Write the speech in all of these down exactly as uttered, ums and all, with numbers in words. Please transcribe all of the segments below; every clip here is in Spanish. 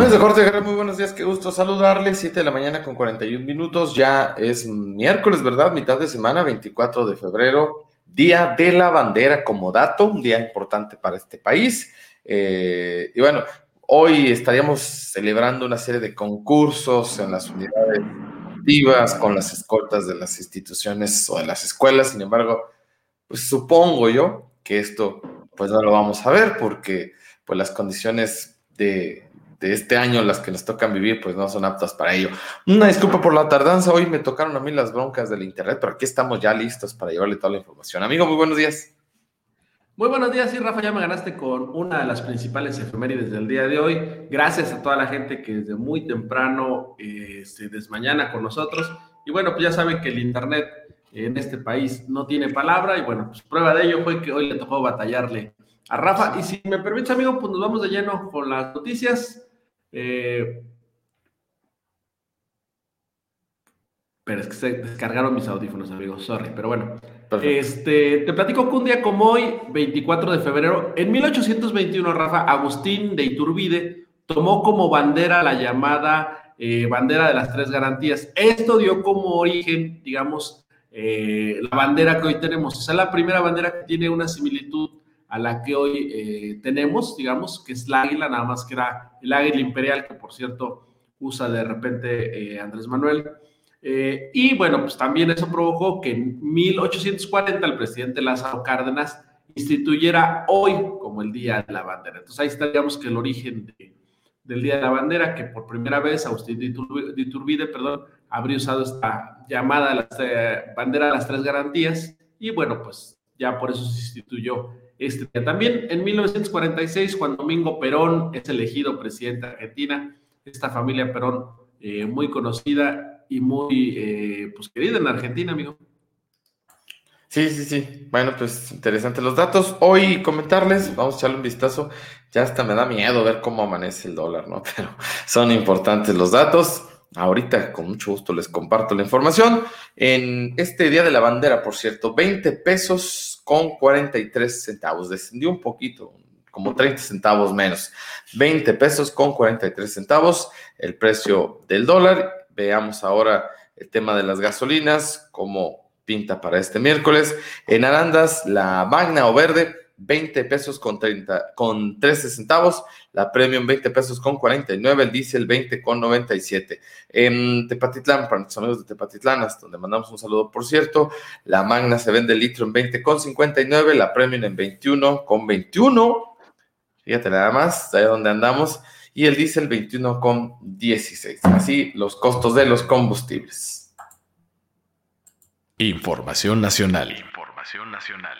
Amigos de Corte de Guerra, muy buenos días, qué gusto saludarles. Siete de la mañana con cuarenta y un minutos, ya es miércoles, ¿verdad? Mitad de semana, veinticuatro de febrero, Día de la Bandera como dato, un día importante para este país. Eh, y bueno, hoy estaríamos celebrando una serie de concursos en las unidades activas con las escoltas de las instituciones o de las escuelas. Sin embargo, pues supongo yo que esto pues no lo vamos a ver porque pues las condiciones de, de este año, las que nos tocan vivir, pues no son aptas para ello. Una disculpa por la tardanza, hoy me tocaron a mí las broncas del internet, pero aquí estamos ya listos para llevarle toda la información. Amigo, muy buenos días. Muy buenos días, sí, Rafa, ya me ganaste con una de las principales efemérides del día de hoy. Gracias a toda la gente que desde muy temprano eh, se desmañana con nosotros. Y bueno, pues ya saben que el internet en este país no tiene palabra. Y bueno, pues prueba de ello fue que hoy le tocó batallarle a Rafa. Y si me permites, amigo, pues nos vamos de lleno con las noticias. Eh, Pero es que se descargaron mis audífonos, amigos, sorry, pero bueno. Perfecto. Este, te platico que un día como hoy, veinticuatro de febrero, en mil ochocientos veintiuno, Rafa, Agustín de Iturbide tomó como bandera la llamada eh, bandera de las tres garantías. Esto dio como origen, digamos, eh, la bandera que hoy tenemos. O sea, la primera bandera que tiene una similitud a la que hoy eh, tenemos, digamos, que es la águila, nada más que era el águila imperial, que por cierto usa de repente eh, Andrés Manuel. Eh, y bueno, pues también eso provocó que en mil ochocientos cuarenta el presidente Lázaro Cárdenas instituyera hoy como el Día de la Bandera. Entonces ahí está, digamos, que el origen de, del Día de la Bandera, que por primera vez Agustín de Iturbide, de Iturbide perdón, habría usado esta llamada las, eh, bandera de las tres garantías, y bueno, pues ya por eso se instituyó este día. También en mil novecientos cuarenta y seis, cuando Domingo Perón es elegido presidente de Argentina, esta familia Perón eh, muy conocida y muy eh, pues querida en Argentina, amigo. Sí, sí, sí. Bueno, pues interesantes los datos. Hoy comentarles, vamos a echarle un vistazo. Ya hasta me da miedo ver cómo amanece el dólar, ¿no? Pero son importantes los datos. Ahorita con mucho gusto les comparto la información. En este Día de la Bandera, por cierto, veinte pesos con cuarenta y tres centavos. Descendió un poquito, como treinta centavos menos. veinte pesos con cuarenta y tres centavos el precio del dólar. Veamos ahora el tema de las gasolinas, como pinta para este miércoles. En Arandas, la magna o verde, veinte pesos con, treinta, con trece centavos, la premium veinte pesos con cuarenta y nueve, el diésel veinte con noventa y siete. En Tepatitlán, para nuestros amigos de Tepatitlán, hasta donde mandamos un saludo, por cierto, la magna se vende el litro en veinte con cincuenta y nueve, la premium en veintiuno con veintiuno, fíjate nada más, de ahí donde andamos, y el diésel veintiuno con dieciséis. Así los costos de los combustibles. Información nacional. Información nacional.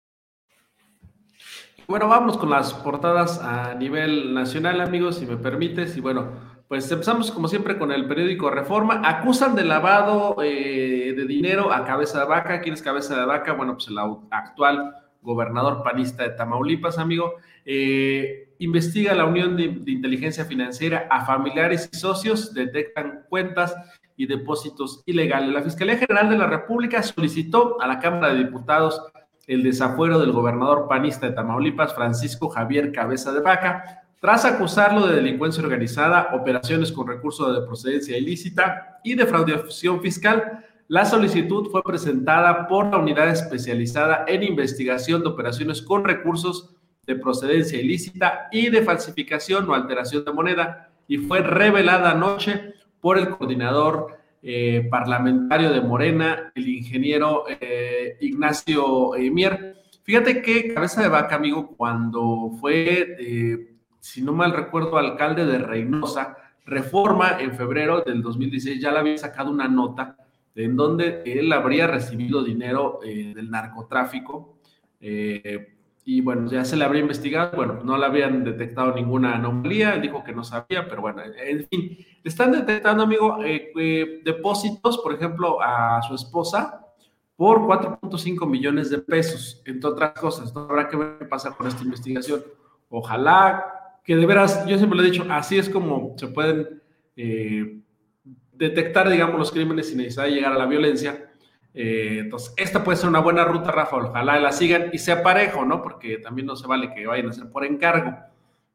Bueno, vamos con las portadas a nivel nacional, amigos, si me permites. Y bueno, pues empezamos como siempre con el periódico Reforma. Acusan de lavado eh, de dinero a Cabeza de Vaca. ¿Quién es Cabeza de Vaca? Bueno, pues el actual gobernador panista de Tamaulipas, amigo. Eh, investiga la Unión de, de Inteligencia Financiera a familiares y socios, detectan cuentas y depósitos ilegales. La Fiscalía General de la República solicitó a la Cámara de Diputados el desafuero del gobernador panista de Tamaulipas, Francisco Javier Cabeza de Vaca, tras acusarlo de delincuencia organizada, operaciones con recursos de procedencia ilícita y defraudación fiscal. La solicitud fue presentada por la Unidad Especializada en Investigación de Operaciones con Recursos de Procedencia Ilícita y de Falsificación o Alteración de Moneda, y fue revelada anoche por el coordinador eh, parlamentario de Morena, el ingeniero eh, Ignacio eh, Mier. Fíjate que Cabeza de Vaca, amigo, cuando fue, eh, si no mal recuerdo, alcalde de Reynosa, Reforma, en febrero del dos mil dieciséis, ya le había sacado una nota en donde él habría recibido dinero eh, del narcotráfico, eh, y bueno, ya se le habría investigado, bueno, no le habían detectado ninguna anomalía, él dijo que no sabía, pero bueno, en fin, le están detectando, amigo, eh, eh, depósitos, por ejemplo, a su esposa por cuatro punto cinco millones de pesos, entre otras cosas. No habrá que ver qué pasa con esta investigación. Ojalá que de veras, yo siempre lo he dicho, así es como se pueden eh, detectar, digamos, los crímenes sin necesidad de llegar a la violencia. Eh, entonces, esta puede ser una buena ruta, Rafa, ojalá la sigan y sea parejo, ¿no? Porque también no se vale que vayan a hacer por encargo.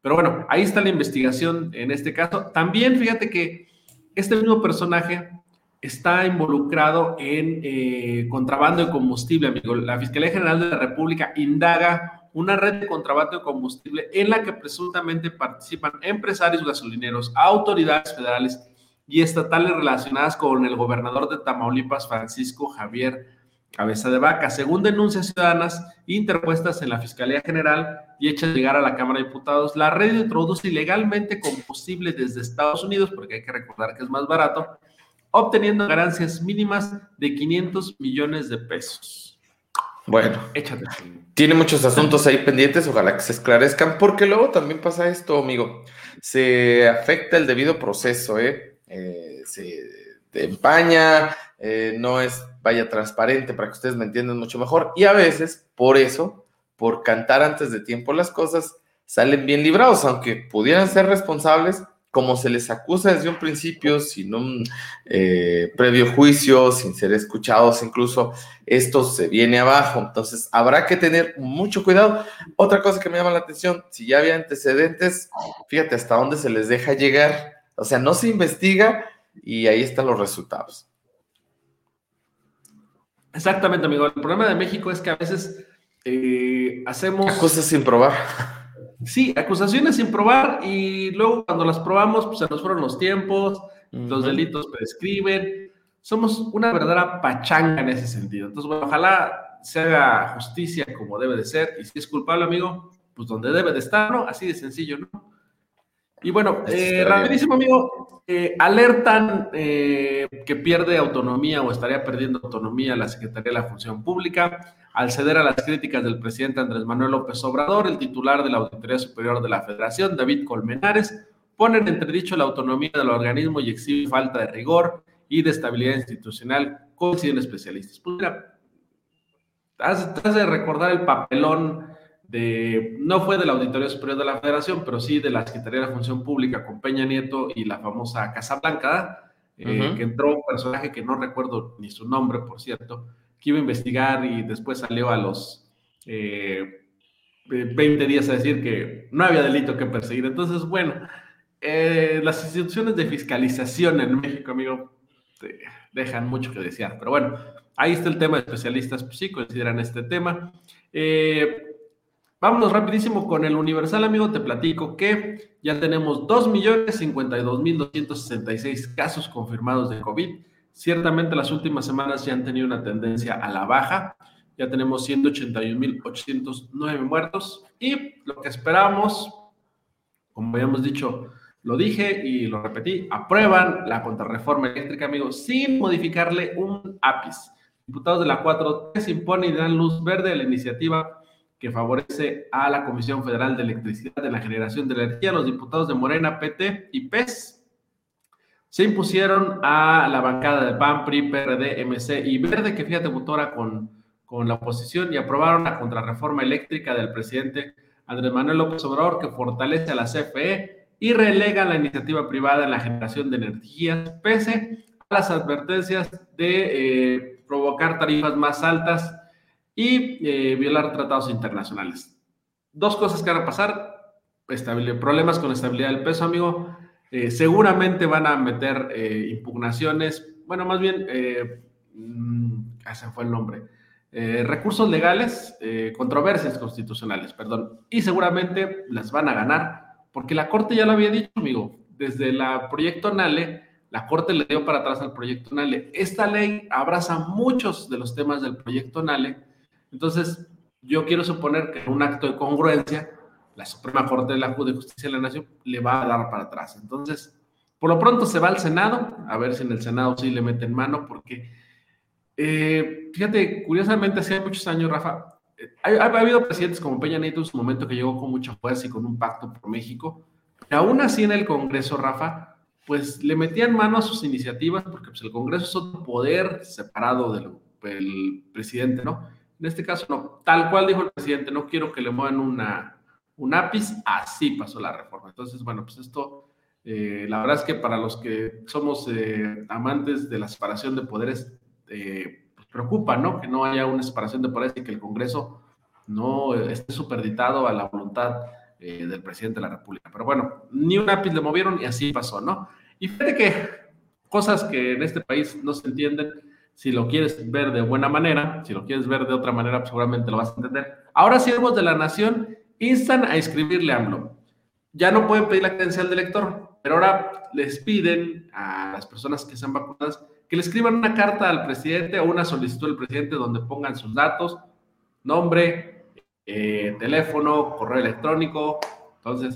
Pero bueno, ahí está la investigación en este caso. También fíjate que este mismo personaje está involucrado en eh, contrabando de combustible, amigo. La Fiscalía General de la República indaga una red de contrabando de combustible en la que presuntamente participan empresarios gasolineros, autoridades federales y estatales relacionadas con el gobernador de Tamaulipas, Francisco Javier Cabeza de Vaca, según denuncias ciudadanas interpuestas en la Fiscalía General y hechas llegar a la Cámara de Diputados. La red introduce ilegalmente combustible desde Estados Unidos, porque hay que recordar que es más barato, obteniendo ganancias mínimas de quinientos millones de pesos. Bueno, échate. Tiene muchos asuntos ahí pendientes, ojalá que se esclarezcan, porque luego también pasa esto, amigo. Se afecta el debido proceso, ¿eh? eh se empaña, eh, no es, vaya, transparente para que ustedes me entiendan mucho mejor. Y a veces, por eso, por cantar antes de tiempo las cosas, salen bien librados, aunque pudieran ser responsables, como se les acusa desde un principio, sin un eh, previo juicio, sin ser escuchados incluso, esto se viene abajo. Entonces, habrá que tener mucho cuidado. Otra cosa que me llama la atención, si ya había antecedentes, fíjate hasta dónde se les deja llegar. O sea, no se investiga y ahí están los resultados. Exactamente, amigo. El problema de México es que a veces eh, hacemos... cosas sin probar. Sí, acusaciones sin probar y luego cuando las probamos, pues se nos fueron los tiempos, uh-huh. Los delitos prescriben. Somos una verdadera pachanga en ese sentido. Entonces, bueno, ojalá se haga justicia como debe de ser. Y si es culpable, amigo, pues donde debe de estar, ¿no? Así de sencillo, ¿no? Y bueno, eh, rapidísimo, amigo, eh, alertan eh, que pierde autonomía o estaría perdiendo autonomía la Secretaría de la Función Pública al ceder a las críticas del presidente Andrés Manuel López Obrador. El titular de la Auditoría Superior de la Federación, David Colmenares, pone en entredicho la autonomía del organismo y exhibe falta de rigor y de estabilidad institucional, coinciden especialistas. Pues mira, has, has de recordar el papelón de, no fue de la Auditoría Superior de la Federación, pero sí de la Secretaría de la Función Pública con Peña Nieto y la famosa Casa Blanca, eh, uh-huh. que entró un personaje que no recuerdo ni su nombre, por cierto, que iba a investigar y después salió a los eh, veinte días a decir que no había delito que perseguir. Entonces, bueno, eh, las instituciones de fiscalización en México, amigo, te dejan mucho que desear. Pero bueno, ahí está el tema de especialistas, pues sí, consideran este tema. Eh, Vámonos rapidísimo con el Universal, amigo. Te platico que ya tenemos dos millones cincuenta y dos mil doscientos sesenta y seis casos confirmados de COVID. Ciertamente las últimas semanas ya han tenido una tendencia a la baja. Ya tenemos ciento ochenta y un mil ochocientos nueve muertos. Y lo que esperamos, como habíamos dicho, lo dije y lo repetí, aprueban la contrarreforma eléctrica, amigo, sin modificarle un ápice. Diputados de la cuatro T se imponen y dan luz verde a la iniciativa que favorece a la Comisión Federal de Electricidad en la generación de energía. Los diputados de Morena, P T y P E S se impusieron a la bancada de P A N, P R I, P R D, M C y Verde, que fíjate, votó con, con la oposición, y aprobaron la contrarreforma eléctrica del presidente Andrés Manuel López Obrador, que fortalece a la C F E y relega la iniciativa privada en la generación de energías, pese a las advertencias de eh, provocar tarifas más altas y eh, violar tratados internacionales. Dos cosas que van a pasar: estabil- problemas con estabilidad del peso, amigo. Eh, seguramente van a meter eh, impugnaciones, bueno, más bien, eh, mmm, ese fue el nombre, eh, recursos legales, eh, controversias constitucionales, perdón, y seguramente las van a ganar, porque la Corte ya lo había dicho, amigo, desde el proyecto NALE, la Corte le dio para atrás al proyecto NALE. Esta ley abraza muchos de los temas del proyecto NALE. Entonces, yo quiero suponer que en un acto de congruencia, la Suprema Corte de la Justicia de la Nación le va a dar para atrás. Entonces, por lo pronto se va al Senado, a ver si en el Senado sí le meten mano, porque, eh, fíjate, curiosamente, hace muchos años, Rafa, eh, ha, ha habido presidentes como Peña Nieto en su momento que llegó con mucha fuerza y con un pacto por México, pero aún así en el Congreso, Rafa, pues le metían mano a sus iniciativas, porque pues, el Congreso es otro poder separado del, del presidente, ¿no? En este caso, no. Tal cual dijo el presidente, no quiero que le muevan una, un ápice, así pasó la reforma. Entonces, bueno, pues esto, eh, la verdad es que para los que somos eh, amantes de la separación de poderes, eh, pues preocupa, ¿no? Que no haya una separación de poderes y que el Congreso no esté superditado a la voluntad eh, del presidente de la República. Pero bueno, ni un ápice le movieron y así pasó, ¿no? Y fíjate que cosas que en este país no se entienden, si lo quieres ver de buena manera, si lo quieres ver de otra manera, pues seguramente lo vas a entender. Ahora siervos de la nación instan a inscribirle a AMLO. Ya no pueden pedir la credencial de elector, pero ahora les piden a las personas que sean vacunadas que le escriban una carta al presidente o una solicitud al presidente donde pongan sus datos, nombre, eh, teléfono, correo electrónico. Entonces,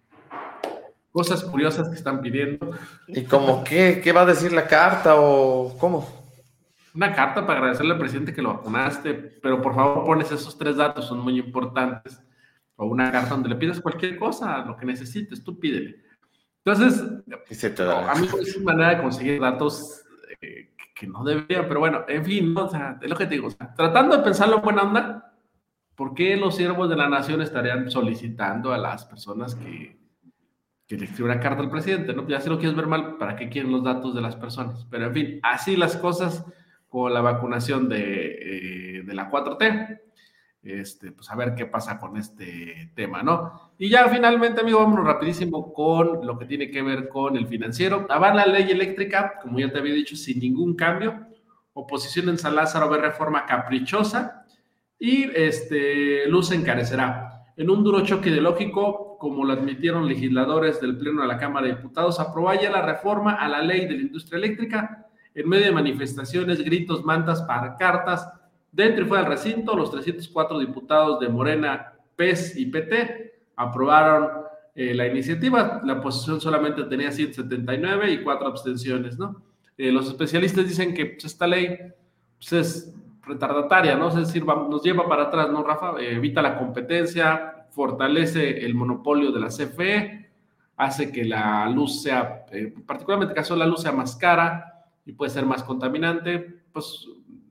cosas curiosas que están pidiendo. ¿Y cómo qué? ¿Qué va a decir la carta o cómo? Una carta para agradecerle al presidente que lo vacunaste, pero por favor pones esos tres datos, son muy importantes. O una carta donde le pidas cualquier cosa, lo que necesites, tú pídele. Entonces, se te da? a mí es una manera de conseguir datos eh, que no debería, pero bueno, en fin, ¿no? O sea, es lo que te digo, o sea, tratando de pensarlo en buena onda, ¿por qué los siervos de la nación estarían solicitando a las personas que, que le escriban una carta al presidente, ¿no? Ya si lo quieres ver mal, ¿para qué quieren los datos de las personas? Pero en fin, así las cosas con la vacunación de, eh, de la cuatro T. Este, pues a ver qué pasa con este tema, ¿no? Y ya finalmente, amigo, vámonos rapidísimo con lo que tiene que ver con el financiero. Avala la ley eléctrica, como ya te había dicho, sin ningún cambio. Oposición en San Lázaro ve reforma caprichosa y este, luz encarecerá. En un duro choque ideológico, como lo admitieron legisladores del Pleno de la Cámara de Diputados, aprobó ya la reforma a la ley de la industria eléctrica en medio de manifestaciones, gritos, mantas, pancartas. Dentro y fuera del recinto, los trescientos cuatro diputados de Morena, P E S y P T aprobaron eh, la iniciativa. La oposición solamente tenía ciento setenta y nueve y cuatro abstenciones, ¿no? Eh, los especialistas dicen que pues, esta ley pues, es retardataria, ¿no? Es decir, va, nos lleva para atrás, ¿no, Rafa? Eh, evita la competencia, fortalece el monopolio de la C F E, hace que la luz sea, eh, particularmente en el caso de la luz, sea más cara y puede ser más contaminante. Pues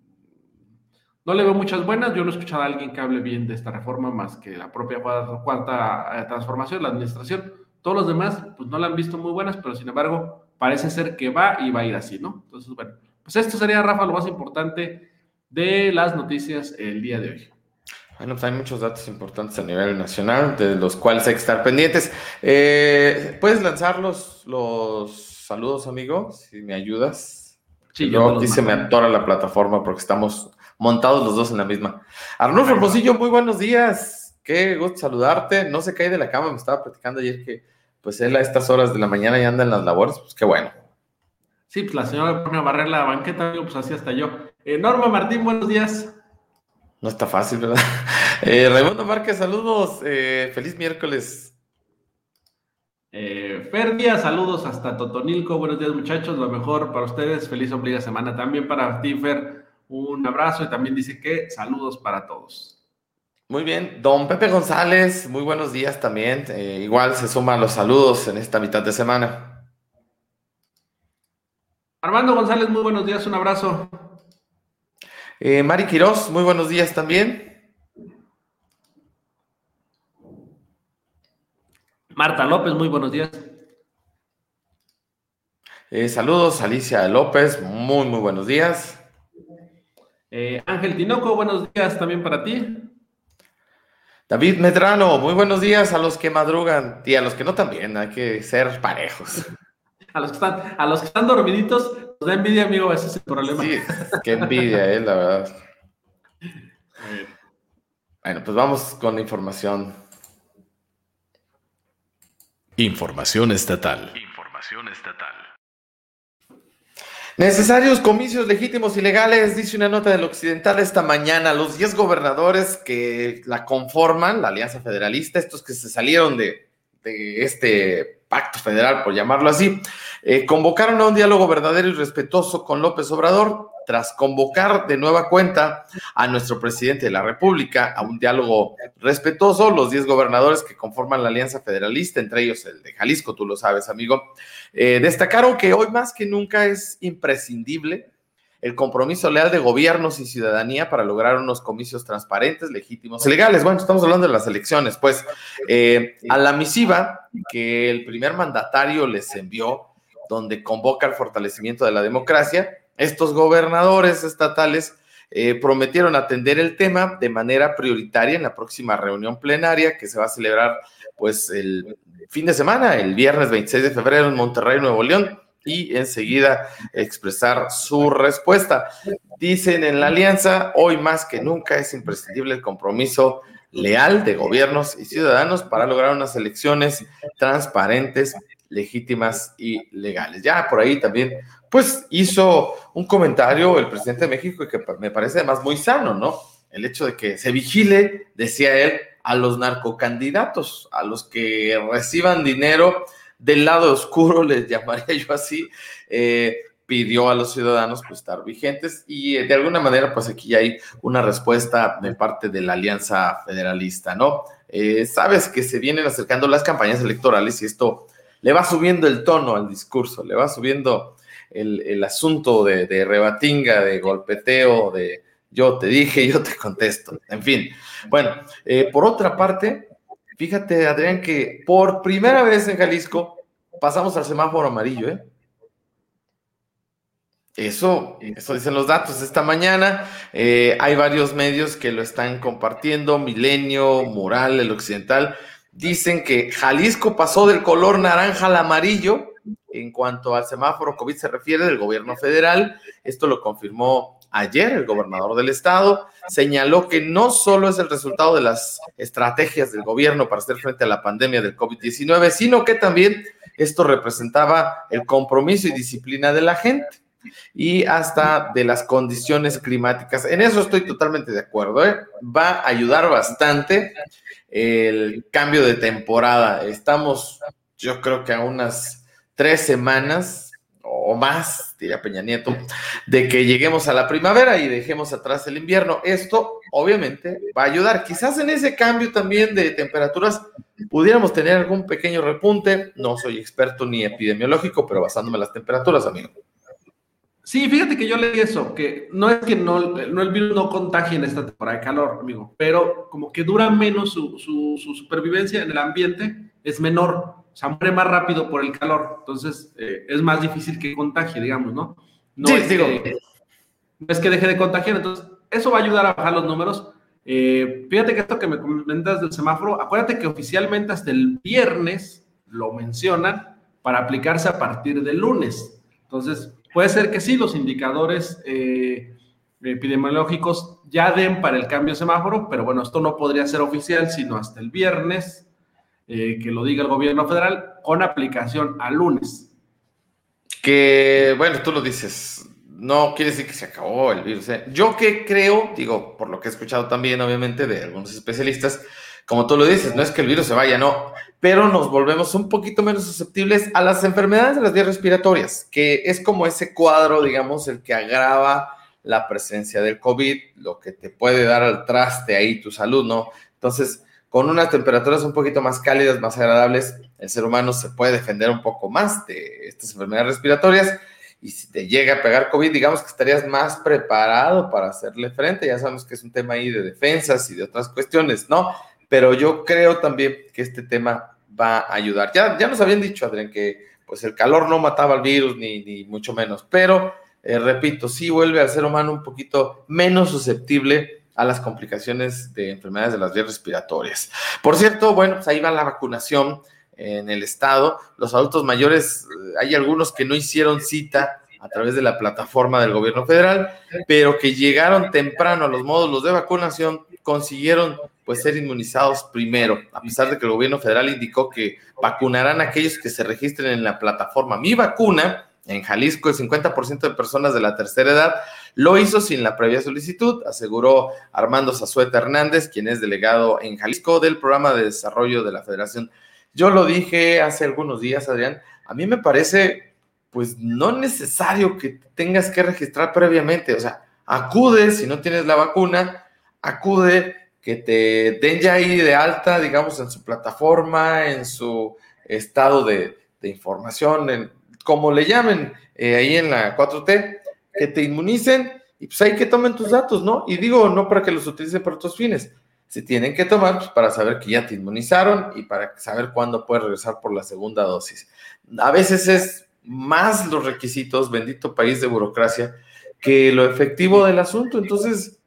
no le veo muchas buenas. Yo no he escuchado a alguien que hable bien de esta reforma más que la propia cuarta transformación, la administración. Todos los demás, pues no la han visto muy buenas, pero sin embargo, parece ser que va y va a ir así, ¿no? Entonces, bueno, pues esto sería, Rafa, lo más importante de las noticias el día de hoy. Bueno, pues hay muchos datos importantes a nivel nacional, de los cuales hay que estar pendientes. Eh, ¿Puedes lanzar los, los saludos, amigo? Si me ayudas. Sí, yo aquí se me atora la plataforma porque estamos montados los dos en la misma. Arnulfo Hermosillo, muy buenos días. Qué gusto saludarte. No se cae de la cama, me estaba platicando ayer que pues él a estas horas de la mañana ya anda en las labores. Pues qué bueno. Sí, pues la señora pone a barrer la banqueta, pues así hasta yo. Eh, Norma Martín, buenos días. No está fácil, ¿verdad? Eh, Raimundo Márquez, saludos. Eh, feliz miércoles. Eh, Fer Díaz, saludos hasta Totonilco. Buenos días, muchachos. Lo mejor para ustedes. Feliz obliga semana también para ti, Fer. Un abrazo y también dice que saludos para todos. Muy bien. Don Pepe González, muy buenos días también. Eh, igual se suman los saludos en esta mitad de semana. Armando González, muy buenos días. Un abrazo. Eh, Mari Quiroz, muy buenos días también. Marta López, muy buenos días. Eh, saludos, Alicia López, muy, muy buenos días. Eh, Ángel Tinoco, buenos días también para ti. David Medrano, muy buenos días a los que madrugan y a los que no también, hay que ser parejos. A los que están, a los que están dormiditos, nos da envidia, amigo, ese es el problema. Sí, qué envidia, eh, la verdad. Bueno, pues vamos con la información. Información estatal. Información estatal. Necesarios comicios legítimos y legales, dice una nota del Occidental esta mañana. Los diez gobernadores que la conforman, la Alianza Federalista, estos que se salieron de, de este pacto federal, por llamarlo así, eh, convocaron a un diálogo verdadero y respetuoso con López Obrador, tras convocar de nueva cuenta a nuestro presidente de la República a un diálogo respetuoso. Los diez gobernadores que conforman la Alianza Federalista, entre ellos el de Jalisco, tú lo sabes, amigo, eh, destacaron que hoy más que nunca es imprescindible el compromiso leal de gobiernos y ciudadanía para lograr unos comicios transparentes, legítimos y legales. Bueno, estamos hablando de las elecciones, pues, eh, a la misiva que el primer mandatario les envió, donde convoca el fortalecimiento de la democracia, estos gobernadores estatales eh, prometieron atender el tema de manera prioritaria en la próxima reunión plenaria que se va a celebrar pues el fin de semana, el viernes veintiséis de febrero en Monterrey, Nuevo León, y enseguida expresar su respuesta. Dicen en la alianza, hoy más que nunca es imprescindible el compromiso leal de gobiernos y ciudadanos para lograr unas elecciones transparentes, legítimas y legales. Ya por ahí también, pues hizo un comentario el presidente de México que me parece además muy sano, ¿no? El hecho de que se vigile, decía él, a los narcocandidatos, a los que reciban dinero del lado oscuro, les llamaría yo así, eh, pidió a los ciudadanos pues estar vigentes y eh, de alguna manera pues aquí hay una respuesta de parte de la Alianza Federalista, ¿no? Eh, sabes que se vienen acercando las campañas electorales y esto le va subiendo el tono al discurso, le va subiendo el, el asunto de, de rebatinga, de golpeteo, de yo te dije, yo te contesto, en fin. Bueno, eh, por otra parte, fíjate, Adrián, que por primera vez en Jalisco pasamos al semáforo amarillo, ¿eh? Eso, eso dicen los datos esta mañana. Eh, hay varios medios que lo están compartiendo, Milenio, Mural, El Occidental. Dicen que Jalisco pasó del color naranja al amarillo en cuanto al semáforo COVID se refiere del gobierno federal. Esto lo confirmó ayer el gobernador del estado. Señaló que no solo es el resultado de las estrategias del gobierno para hacer frente a la pandemia del COVID diecinueve, sino que también esto representaba el compromiso y disciplina de la gente y hasta de las condiciones climáticas. En eso estoy totalmente de acuerdo, ¿eh? Va a ayudar bastante el cambio de temporada. Estamos, yo creo que a unas tres semanas o más, diría Peña Nieto, de que lleguemos a la primavera y dejemos atrás el invierno. Esto, obviamente, va a ayudar. Quizás en ese cambio también de temperaturas pudiéramos tener algún pequeño repunte. No soy experto ni epidemiológico, pero basándome en las temperaturas, amigo. Sí, fíjate que yo leí eso, que no es que no, no el virus no contagie en esta temporada de calor, amigo, pero como que dura menos su, su, su supervivencia en el ambiente, es menor, o sea, muere más rápido por el calor, entonces eh, es más difícil que contagie, digamos, ¿no? No, sí, es digo. Que, no es que deje de contagiar, entonces eso va a ayudar a bajar los números. Eh, fíjate que esto que me comentas del semáforo, acuérdate que oficialmente hasta el viernes lo mencionan para aplicarse a partir del lunes, entonces puede ser que sí, los indicadores eh, epidemiológicos ya den para el cambio de semáforo, pero bueno, esto no podría ser oficial sino hasta el viernes, eh, que lo diga el gobierno federal, con aplicación al lunes. Que, bueno, tú lo dices, no quiere decir que se acabó el virus, ¿eh? Yo que creo, digo, por lo que he escuchado también, obviamente, de algunos especialistas, como tú lo dices, no es que el virus se vaya, no, pero nos volvemos un poquito menos susceptibles a las enfermedades de las vías respiratorias, que es como ese cuadro, digamos, el que agrava la presencia del COVID, lo que te puede dar al traste ahí tu salud, ¿no? Entonces, con unas temperaturas un poquito más cálidas, más agradables, el ser humano se puede defender un poco más de estas enfermedades respiratorias, y si te llega a pegar COVID, digamos que estarías más preparado para hacerle frente. Ya sabemos que es un tema ahí de defensas y de otras cuestiones, ¿no? Pero yo creo también que este tema va a ayudar. Ya, ya nos habían dicho, Adrián, que pues el calor no mataba al virus, ni, ni mucho menos, pero eh, repito, sí vuelve al ser humano un poquito menos susceptible a las complicaciones de enfermedades de las vías respiratorias. Por cierto, bueno, pues ahí va la vacunación en el estado. Los adultos mayores, hay algunos que no hicieron cita a través de la plataforma del gobierno federal, pero que llegaron temprano a los módulos de vacunación, consiguieron pues ser inmunizados primero, a pesar de que el gobierno federal indicó que vacunarán a aquellos que se registren en la plataforma Mi Vacuna. En Jalisco, el cincuenta por ciento de personas de la tercera edad lo hizo sin la previa solicitud, aseguró Armando Zazueta Hernández, quien es delegado en Jalisco del Programa de Desarrollo de la Federación. Yo lo dije hace algunos días, Adrián, a mí me parece, pues, no necesario que tengas que registrar previamente, o sea, acude, si no tienes la vacuna, acude, que te den ya ahí de alta, digamos, en su plataforma, en su estado de, de información, en, como le llamen eh, ahí en la cuatro T, que te inmunicen y pues ahí que tomen tus datos, ¿no? Y digo, no para que los utilicen para otros fines, se tienen que tomar pues, para saber que ya te inmunizaron y para saber cuándo puedes regresar por la segunda dosis. A veces es más los requisitos, bendito país de burocracia, que lo efectivo del asunto. Entonces,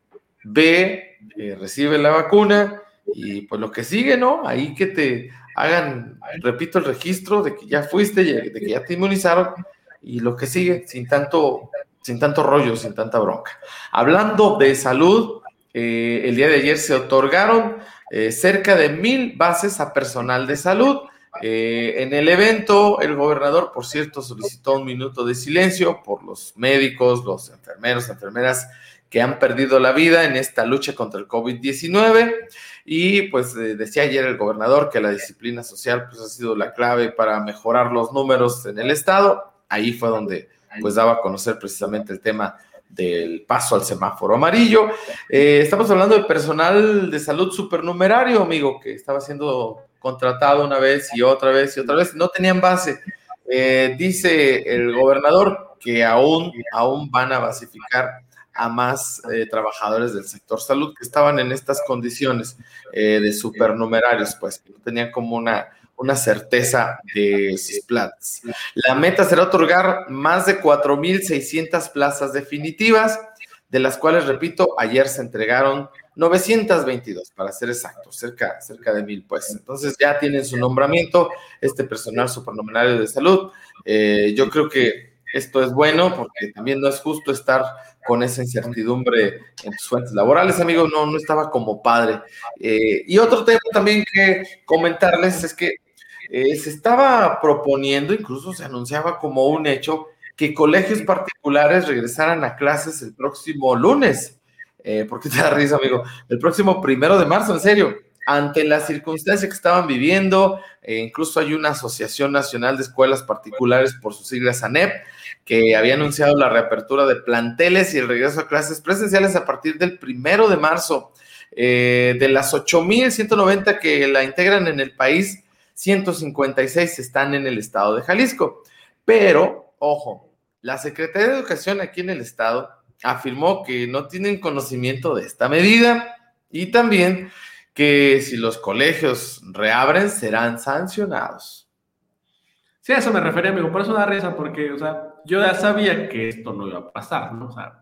ve, eh, recibe la vacuna y pues lo que sigue, ¿no? Ahí que te hagan, repito, el registro de que ya fuiste, de que ya te inmunizaron y lo que sigue, sin tanto, sin tanto rollo, sin tanta bronca. Hablando de salud, eh, el día de ayer se otorgaron eh, cerca de mil bases a personal de salud. Eh, en el evento, el gobernador, por cierto, solicitó un minuto de silencio por los médicos, los enfermeros, enfermeras que han perdido la vida en esta lucha contra el COVID diecinueve. Y pues eh, decía ayer el gobernador que la disciplina social pues, ha sido la clave para mejorar los números en el estado. Ahí fue donde pues daba a conocer precisamente el tema del paso al semáforo amarillo. Eh, estamos hablando de personal de salud supernumerario, amigo, que estaba siendo contratado una vez y otra vez y otra vez, no tenían base. Eh, dice el gobernador que aún, aún van a basificar a más eh, trabajadores del sector salud que estaban en estas condiciones eh, de supernumerarios, pues, que no tenían como una, una certeza de sus platas. La meta será otorgar más de cuatro mil seiscientas plazas definitivas, de las cuales, repito, ayer se entregaron novecientas veintidós, para ser exactos, cerca, cerca de mil, pues. Entonces ya tienen su nombramiento, este personal supernumerario de salud. Eh, yo creo que esto es bueno, porque también no es justo estar con esa incertidumbre en tus fuentes laborales, amigo, no, no estaba como padre. Eh, y otro tema también que comentarles es que eh, se estaba proponiendo, incluso se anunciaba como un hecho, que colegios particulares regresaran a clases el próximo lunes. Eh, ¿Por qué te da risa, amigo? El próximo primero de marzo, en serio, ante las circunstancias que estaban viviendo, eh, incluso hay una Asociación Nacional de Escuelas Particulares, por sus siglas ANEP, que había anunciado la reapertura de planteles y el regreso a clases presenciales a partir del primero de marzo. Eh, de las ocho mil ciento noventa que la integran en el país, ciento cincuenta y seis están en el estado de Jalisco. Pero, ojo, la Secretaría de Educación aquí en el estado afirmó que no tienen conocimiento de esta medida y también que si los colegios reabren serán sancionados. Sí, a eso me refería, amigo, por eso da risa, porque, o sea, yo ya sabía que esto no iba a pasar, ¿no? O sea,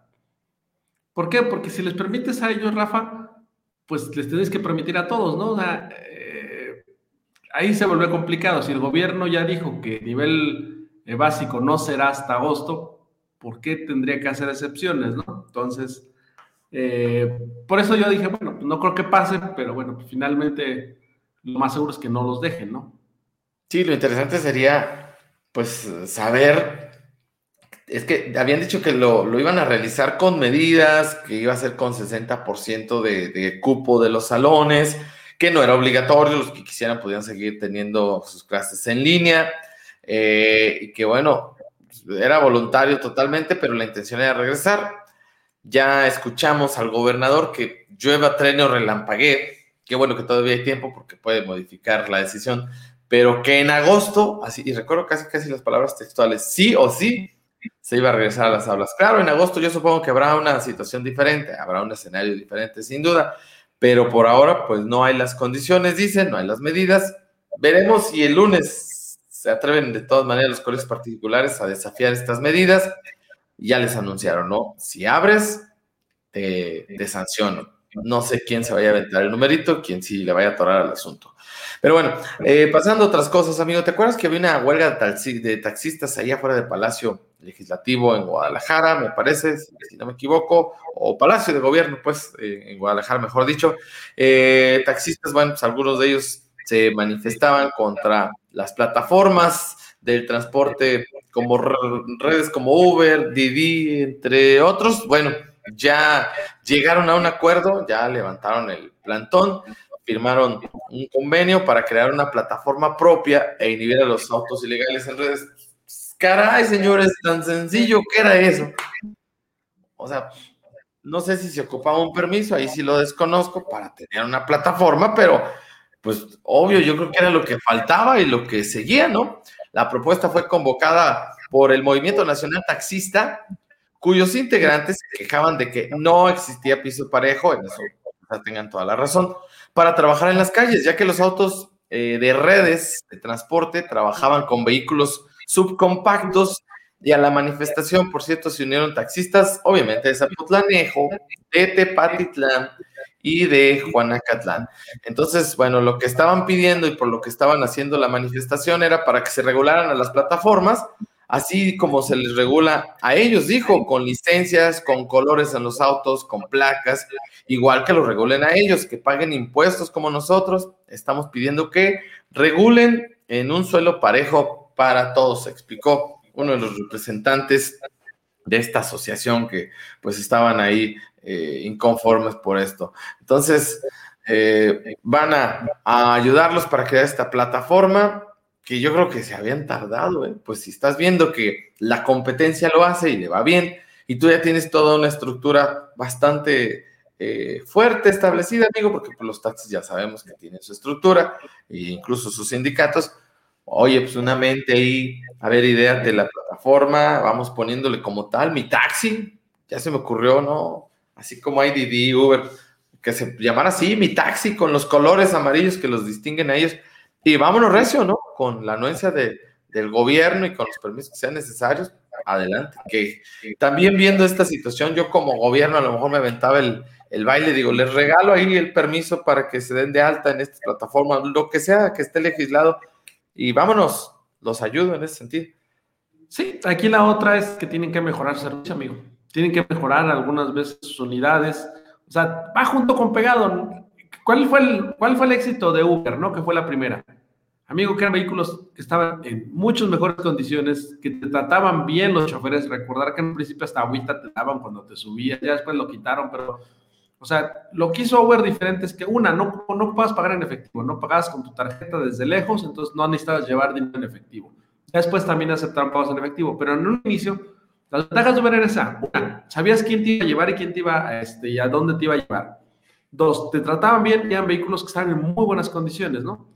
¿por qué? Porque si les permites a ellos, Rafa, pues les tienes que permitir a todos, ¿no? O sea, eh, ahí se vuelve complicado. Si el gobierno ya dijo que nivel eh, básico no será hasta agosto, ¿por qué tendría que hacer excepciones, no? Entonces, eh, por eso yo dije, bueno, no creo que pase, pero bueno, pues finalmente lo más seguro es que no los dejen, ¿no? Sí, lo interesante sería, pues, saber, es que habían dicho que lo, lo iban a realizar con medidas, que iba a ser con sesenta por ciento de, de cupo de los salones, que no era obligatorio, los que quisieran podían seguir teniendo sus clases en línea, eh, y que bueno, era voluntario totalmente, pero la intención era regresar. Ya escuchamos al gobernador que llueva, truene o relampaguee, qué bueno que todavía hay tiempo porque puede modificar la decisión, pero que en agosto, así, y recuerdo casi casi las palabras textuales, sí o sí, se iba a regresar a las aulas. Claro, en agosto yo supongo que habrá una situación diferente, habrá un escenario diferente, sin duda, pero por ahora, pues no hay las condiciones, dicen, no hay las medidas. Veremos si el lunes se atreven de todas maneras los colegios particulares a desafiar estas medidas. Ya les anunciaron, ¿no? Si abres, te, te sanciono. No sé quién se vaya a aventar el numerito, quién sí le vaya a atorar al asunto. Pero bueno, eh, pasando a otras cosas, amigo, ¿te acuerdas que había una huelga de, taxi, de taxistas allá afuera del Palacio Legislativo en Guadalajara, me parece, si, si no me equivoco, o Palacio de Gobierno, pues, eh, en Guadalajara, mejor dicho? Eh, taxistas, bueno, pues algunos de ellos se manifestaban contra las plataformas del transporte como redes como Uber, Didi, entre otros. Bueno, ya llegaron a un acuerdo, ya levantaron el plantón, firmaron un convenio para crear una plataforma propia e inhibir a los autos ilegales en redes. Caray, señores, tan sencillo que era eso. O sea, no sé si se ocupaba un permiso, ahí sí lo desconozco, para tener una plataforma, pero pues obvio, yo creo que era lo que faltaba y lo que seguía, ¿no? La propuesta fue convocada por el Movimiento Nacional Taxista, cuyos integrantes se quejaban de que no existía piso parejo, en eso tengan toda la razón, para trabajar en las calles, ya que los autos eh, de redes de transporte trabajaban con vehículos subcompactos Y a la manifestación, por cierto, se unieron taxistas, obviamente de Zapotlanejo, de Tepatitlán y de Juanacatlán. Entonces, bueno, lo que estaban pidiendo y por lo que estaban haciendo la manifestación era para que se regularan a las plataformas, así como se les regula a ellos, dijo, con licencias, con colores en los autos, con placas, igual que los regulen a ellos, que paguen impuestos como nosotros. Estamos pidiendo que regulen en un suelo parejo para todos, explicó uno de los representantes de esta asociación que pues estaban ahí eh, inconformes por esto. Entonces, eh, van a, a ayudarlos para crear esta plataforma que yo creo que se habían tardado, ¿eh? Pues si estás viendo que la competencia lo hace y le va bien, y tú ya tienes toda una estructura bastante eh, fuerte establecida, amigo, porque pues, los taxis ya sabemos que tienen su estructura, e incluso sus sindicatos. Oye, pues una mente ahí, a ver, idéate la plataforma, vamos poniéndole como tal, mi taxi, ya se me ocurrió, ¿no? Así como hay Didi, Uber, que se llamara así, mi taxi, con los colores amarillos que los distinguen a ellos, y vámonos recio, ¿no? Con la anuencia de, del gobierno y con los permisos que sean necesarios, adelante. Que también viendo esta situación, yo como gobierno a lo mejor me aventaba el, el baile, digo, les regalo ahí el permiso para que se den de alta en estas plataformas, lo que sea que esté legislado, y vámonos, los ayudo en ese sentido. Sí, aquí la otra es que tienen que mejorar su servicio, amigo. Tienen que mejorar algunas veces sus unidades. O sea, va junto con pegado. ¿Cuál fue el, cuál fue el éxito de Uber, no? Que fue la primera. Amigo, que eran vehículos que estaban en muchas mejores condiciones, que te trataban bien los choferes. Recordar que en un principio hasta agüita te daban cuando te subías, ya después lo quitaron, pero... O sea, lo que hizo Uber diferente es que, una, no, no puedas pagar en efectivo, no pagabas con tu tarjeta desde lejos, entonces no necesitabas llevar dinero en efectivo. Después también aceptaron pagos en efectivo, pero en un inicio, las ventajas de Uber era esa. Una, sabías quién te iba a llevar y quién te iba a, este, y a dónde te iba a llevar. Dos, te trataban bien y eran vehículos que estaban en muy buenas condiciones, ¿no?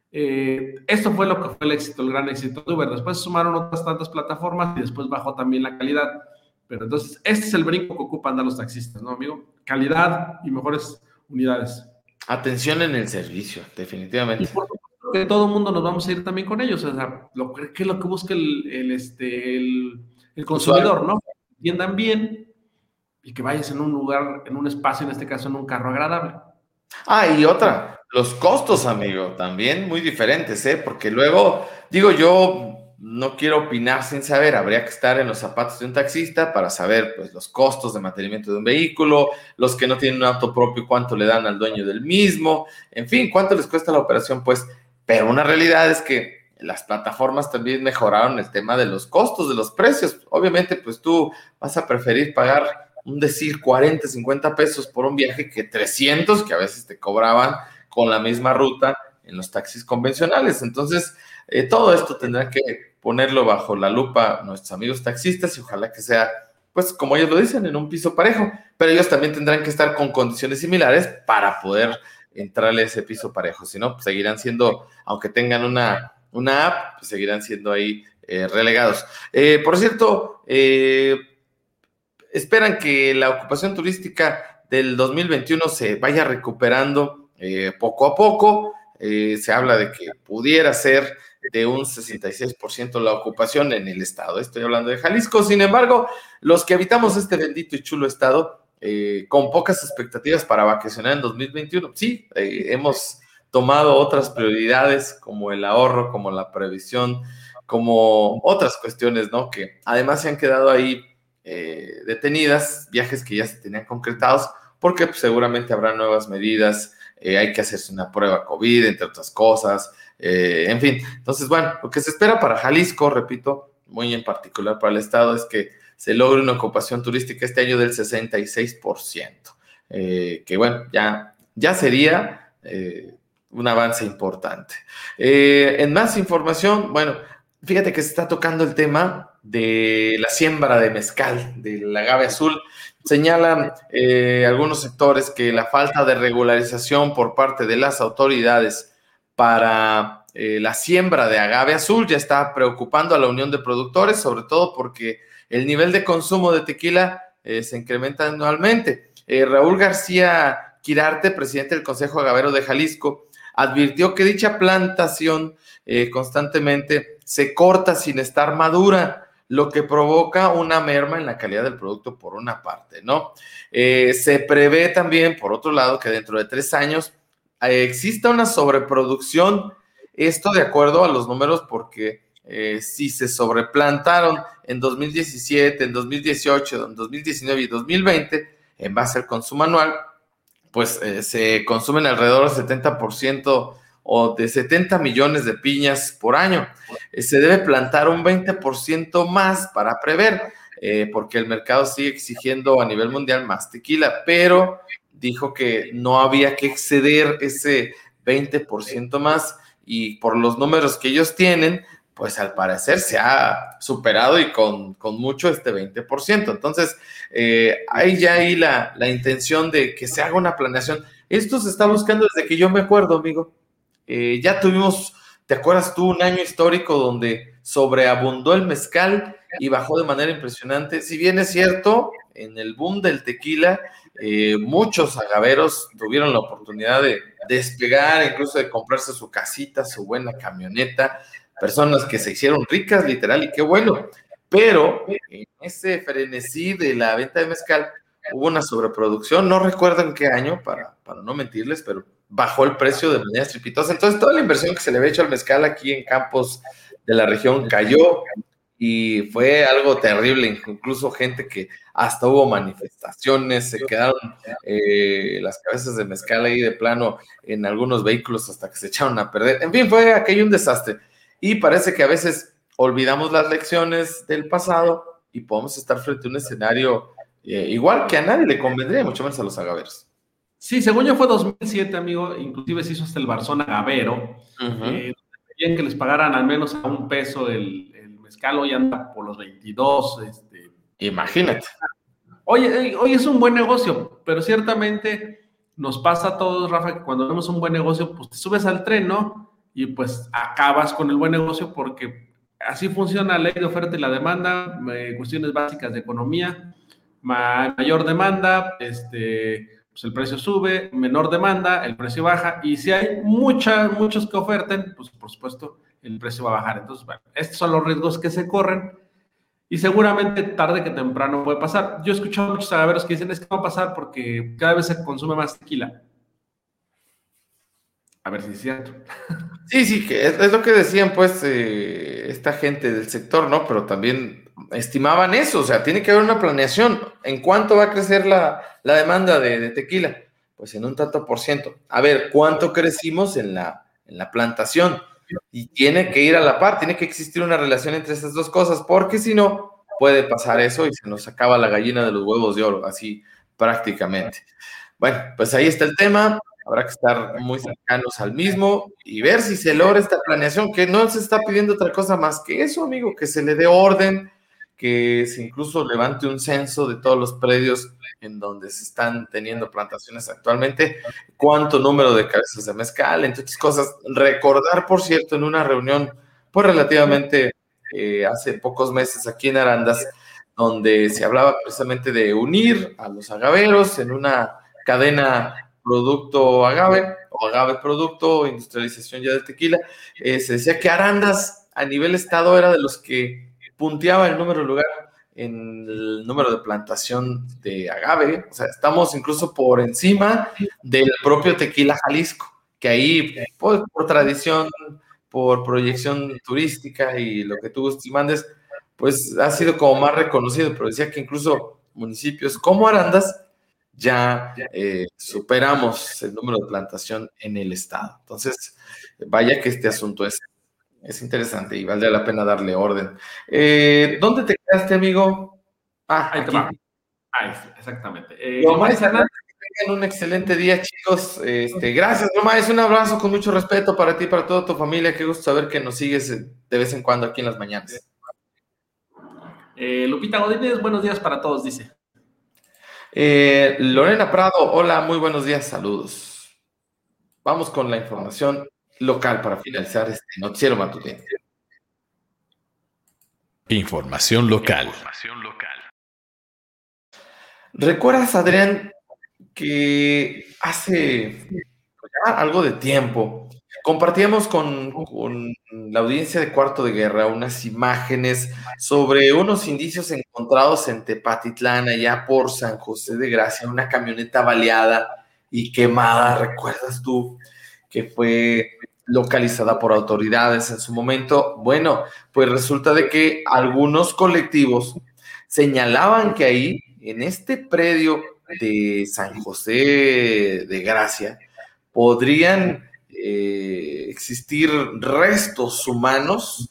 Eh, esto fue lo que fue el éxito, el gran éxito de Uber. Después sumaron otras tantas plataformas y después bajó también la calidad. Pero entonces, este es el brinco que ocupan dar los taxistas, ¿no, amigo? Calidad y mejores unidades. Atención en el servicio, definitivamente. Y por supuesto que todo el mundo nos vamos a ir también con ellos. O sea, lo, ¿qué es lo que busca el, el, este, el, el consumidor, ¿no? Que entiendan bien y que vayas en un lugar, en un espacio, en este caso en un carro agradable. Ah, y otra, los costos, amigo, también muy diferentes, ¿eh? Porque luego, digo yo... No quiero opinar sin saber, habría que estar en los zapatos de un taxista para saber pues, los costos de mantenimiento de un vehículo, los que no tienen un auto propio, cuánto le dan al dueño del mismo, en fin, cuánto les cuesta la operación, pues, pero una realidad es que las plataformas también mejoraron el tema de los costos, de los precios. Obviamente, pues tú vas a preferir pagar, un decir, cuarenta, cincuenta pesos por un viaje que trescientos, que a veces te cobraban con la misma ruta en los taxis convencionales. Entonces, eh, todo esto tendrá que ponerlo bajo la lupa nuestros amigos taxistas y ojalá que sea, pues, como ellos lo dicen, en un piso parejo, pero ellos también tendrán que estar con condiciones similares para poder entrarle a ese piso parejo. Si no, pues, seguirán siendo, aunque tengan una, una app, pues, seguirán siendo ahí eh, relegados. Eh, por cierto, eh, esperan que la ocupación turística del dos mil veintiuno se vaya recuperando eh, poco a poco. Eh, se habla de que pudiera ser de un sesenta y seis por ciento la ocupación en el estado. Estoy hablando de Jalisco. Sin embargo, los que habitamos este bendito y chulo estado, eh, con pocas expectativas para vacacionar en dos mil veintiuno, sí, eh, hemos tomado otras prioridades como el ahorro, como la previsión, como otras cuestiones, ¿no? Que además se han quedado ahí eh, detenidas, viajes que ya se tenían concretados, porque pues, seguramente habrá nuevas medidas. Eh, hay que hacerse una prueba COVID, entre otras cosas, eh, en fin. Entonces, bueno, lo que se espera para Jalisco, repito, muy en particular para el estado, es que se logre una ocupación turística este año del sesenta y seis por ciento, eh, que bueno, ya, ya sería eh, un avance importante. Eh, en más información, bueno, fíjate que se está tocando el tema de la siembra de mezcal, del agave azul. Señalan eh, algunos sectores que la falta de regularización por parte de las autoridades para eh, la siembra de agave azul ya está preocupando a la Unión de Productores, sobre todo porque el nivel de consumo de tequila eh, se incrementa anualmente. Eh, Raúl García Quirarte, presidente del Consejo Agavero de Jalisco, advirtió que dicha plantación eh, constantemente se corta sin estar madura, lo que provoca una merma en la calidad del producto por una parte, ¿no? Eh, se prevé también, por otro lado, que dentro de tres años eh, exista una sobreproducción, esto de acuerdo a los números, porque eh, si se sobreplantaron en dos mil diecisiete, en dos mil dieciocho, en dos mil diecinueve y dos mil veinte, en base al consumo anual, pues eh, se consumen alrededor del setenta por ciento o de setenta millones de piñas por año. Eh, se debe plantar un veinte por ciento más para prever, eh, porque el mercado sigue exigiendo a nivel mundial más tequila, pero dijo que no había que exceder ese veinte por ciento más, y por los números que ellos tienen, pues al parecer se ha superado y con, con mucho este veinte por ciento. Entonces, eh, hay ya ahí la, la intención de que se haga una planeación. Esto se está buscando desde que yo me acuerdo, amigo. Eh, ya tuvimos, ¿te acuerdas tú? Un año histórico donde sobreabundó el mezcal y bajó de manera impresionante. Si bien es cierto, en el boom del tequila, eh, muchos agaveros tuvieron la oportunidad de despegar, incluso de comprarse su casita, su buena camioneta, personas que se hicieron ricas, literal, y qué bueno. Pero en ese frenesí de la venta de mezcal hubo una sobreproducción, no recuerdo en qué año, para, para no mentirles, pero bajó el precio de manera estrepitosa. Entonces, toda la inversión que se le había hecho al mezcal aquí en campos de la región cayó y fue algo terrible. Incluso gente que hasta hubo manifestaciones, se quedaron eh, las cabezas de mezcal ahí de plano en algunos vehículos hasta que se echaron a perder. En fin, fue aquello un desastre. Y parece que a veces olvidamos las lecciones del pasado y podemos estar frente a un escenario eh, igual que a nadie le convendría, mucho menos a los agaveros. Sí, según yo fue dos mil siete, amigo, inclusive se hizo hasta el Barzón agavero, Uh-huh. eh, querían que les pagaran al menos a un peso el, el mezcal, hoy anda por los veintidós. Este, Imagínate. Oye, hoy es un buen negocio, pero ciertamente nos pasa a todos, Rafa, que cuando vemos un buen negocio, pues te subes al tren, ¿no? Y pues acabas con el buen negocio porque así funciona la ley de oferta y la demanda, eh, cuestiones básicas de economía, ma- mayor demanda, este, pues el precio sube, menor demanda, el precio baja, y si hay muchas, muchos que oferten, pues por supuesto el precio va a bajar. Entonces, bueno, estos son los riesgos que se corren. Y seguramente tarde que temprano puede pasar. Yo he escuchado a muchos agaveros que dicen, es que va a pasar porque cada vez se consume más tequila. A ver si es cierto. Sí, sí, que es, es lo que decían, pues, eh, esta gente del sector, ¿no? Pero también estimaban eso, o sea, tiene que haber una planeación. ¿En cuánto va a crecer la, la demanda de, de tequila? Pues en un tanto por ciento. A ver, ¿cuánto crecimos en la, en la plantación? Y tiene que ir a la par, tiene que existir una relación entre esas dos cosas, porque si no, puede pasar eso y se nos acaba la gallina de los huevos de oro, así prácticamente. Bueno, pues ahí está el tema. Habrá que estar muy cercanos al mismo y ver si se logra esta planeación, que no se está pidiendo otra cosa más que eso, amigo, que se le dé orden, que se incluso levante un censo de todos los predios en donde se están teniendo plantaciones actualmente, cuánto número de cabezas de mezcal, entre otras cosas. Recordar, por cierto, en una reunión, pues relativamente eh, hace pocos meses aquí en Arandas, donde se hablaba precisamente de unir a los agaveros en una cadena producto agave o agave producto, industrialización ya del tequila. Eh, se decía que Arandas a nivel estado era de los que punteaba el número de lugar en el número de plantación de agave. O sea, estamos incluso por encima del propio Tequila Jalisco, que ahí, pues, por tradición, por proyección turística y lo que tú gustes y mandes, pues ha sido como más reconocido, pero decía que incluso municipios como Arandas ya eh, superamos el número de plantación en el estado. Entonces, vaya que este asunto es, es interesante y vale la pena darle orden. Eh, ¿Dónde te quedaste, amigo? Ah, Ahí te aquí. va. Ahí, exactamente. Eh, Lo Glomaris más Hernández. que tengan un excelente día, chicos. Este, gracias, Román. Un abrazo con mucho respeto para ti y para toda tu familia. Qué gusto saber que nos sigues de vez en cuando aquí en las mañanas. Eh, Lupita Godínez, buenos días para todos, dice. Eh, Lorena Prado, hola, muy buenos días, saludos. Vamos con la información local para finalizar este noticiero matutino. Información local. ¿Recuerdas, Adrián, que hace pues, ya algo de tiempo compartíamos con, con la audiencia de Cuarto de Guerra unas imágenes sobre unos indicios encontrados en Tepatitlán, allá por San José de Gracia, una camioneta baleada y quemada, ¿recuerdas tú? Que fue localizada por autoridades en su momento. Bueno, pues resulta de que algunos colectivos señalaban que ahí, en este predio de San José de Gracia, podrían eh, existir restos humanos.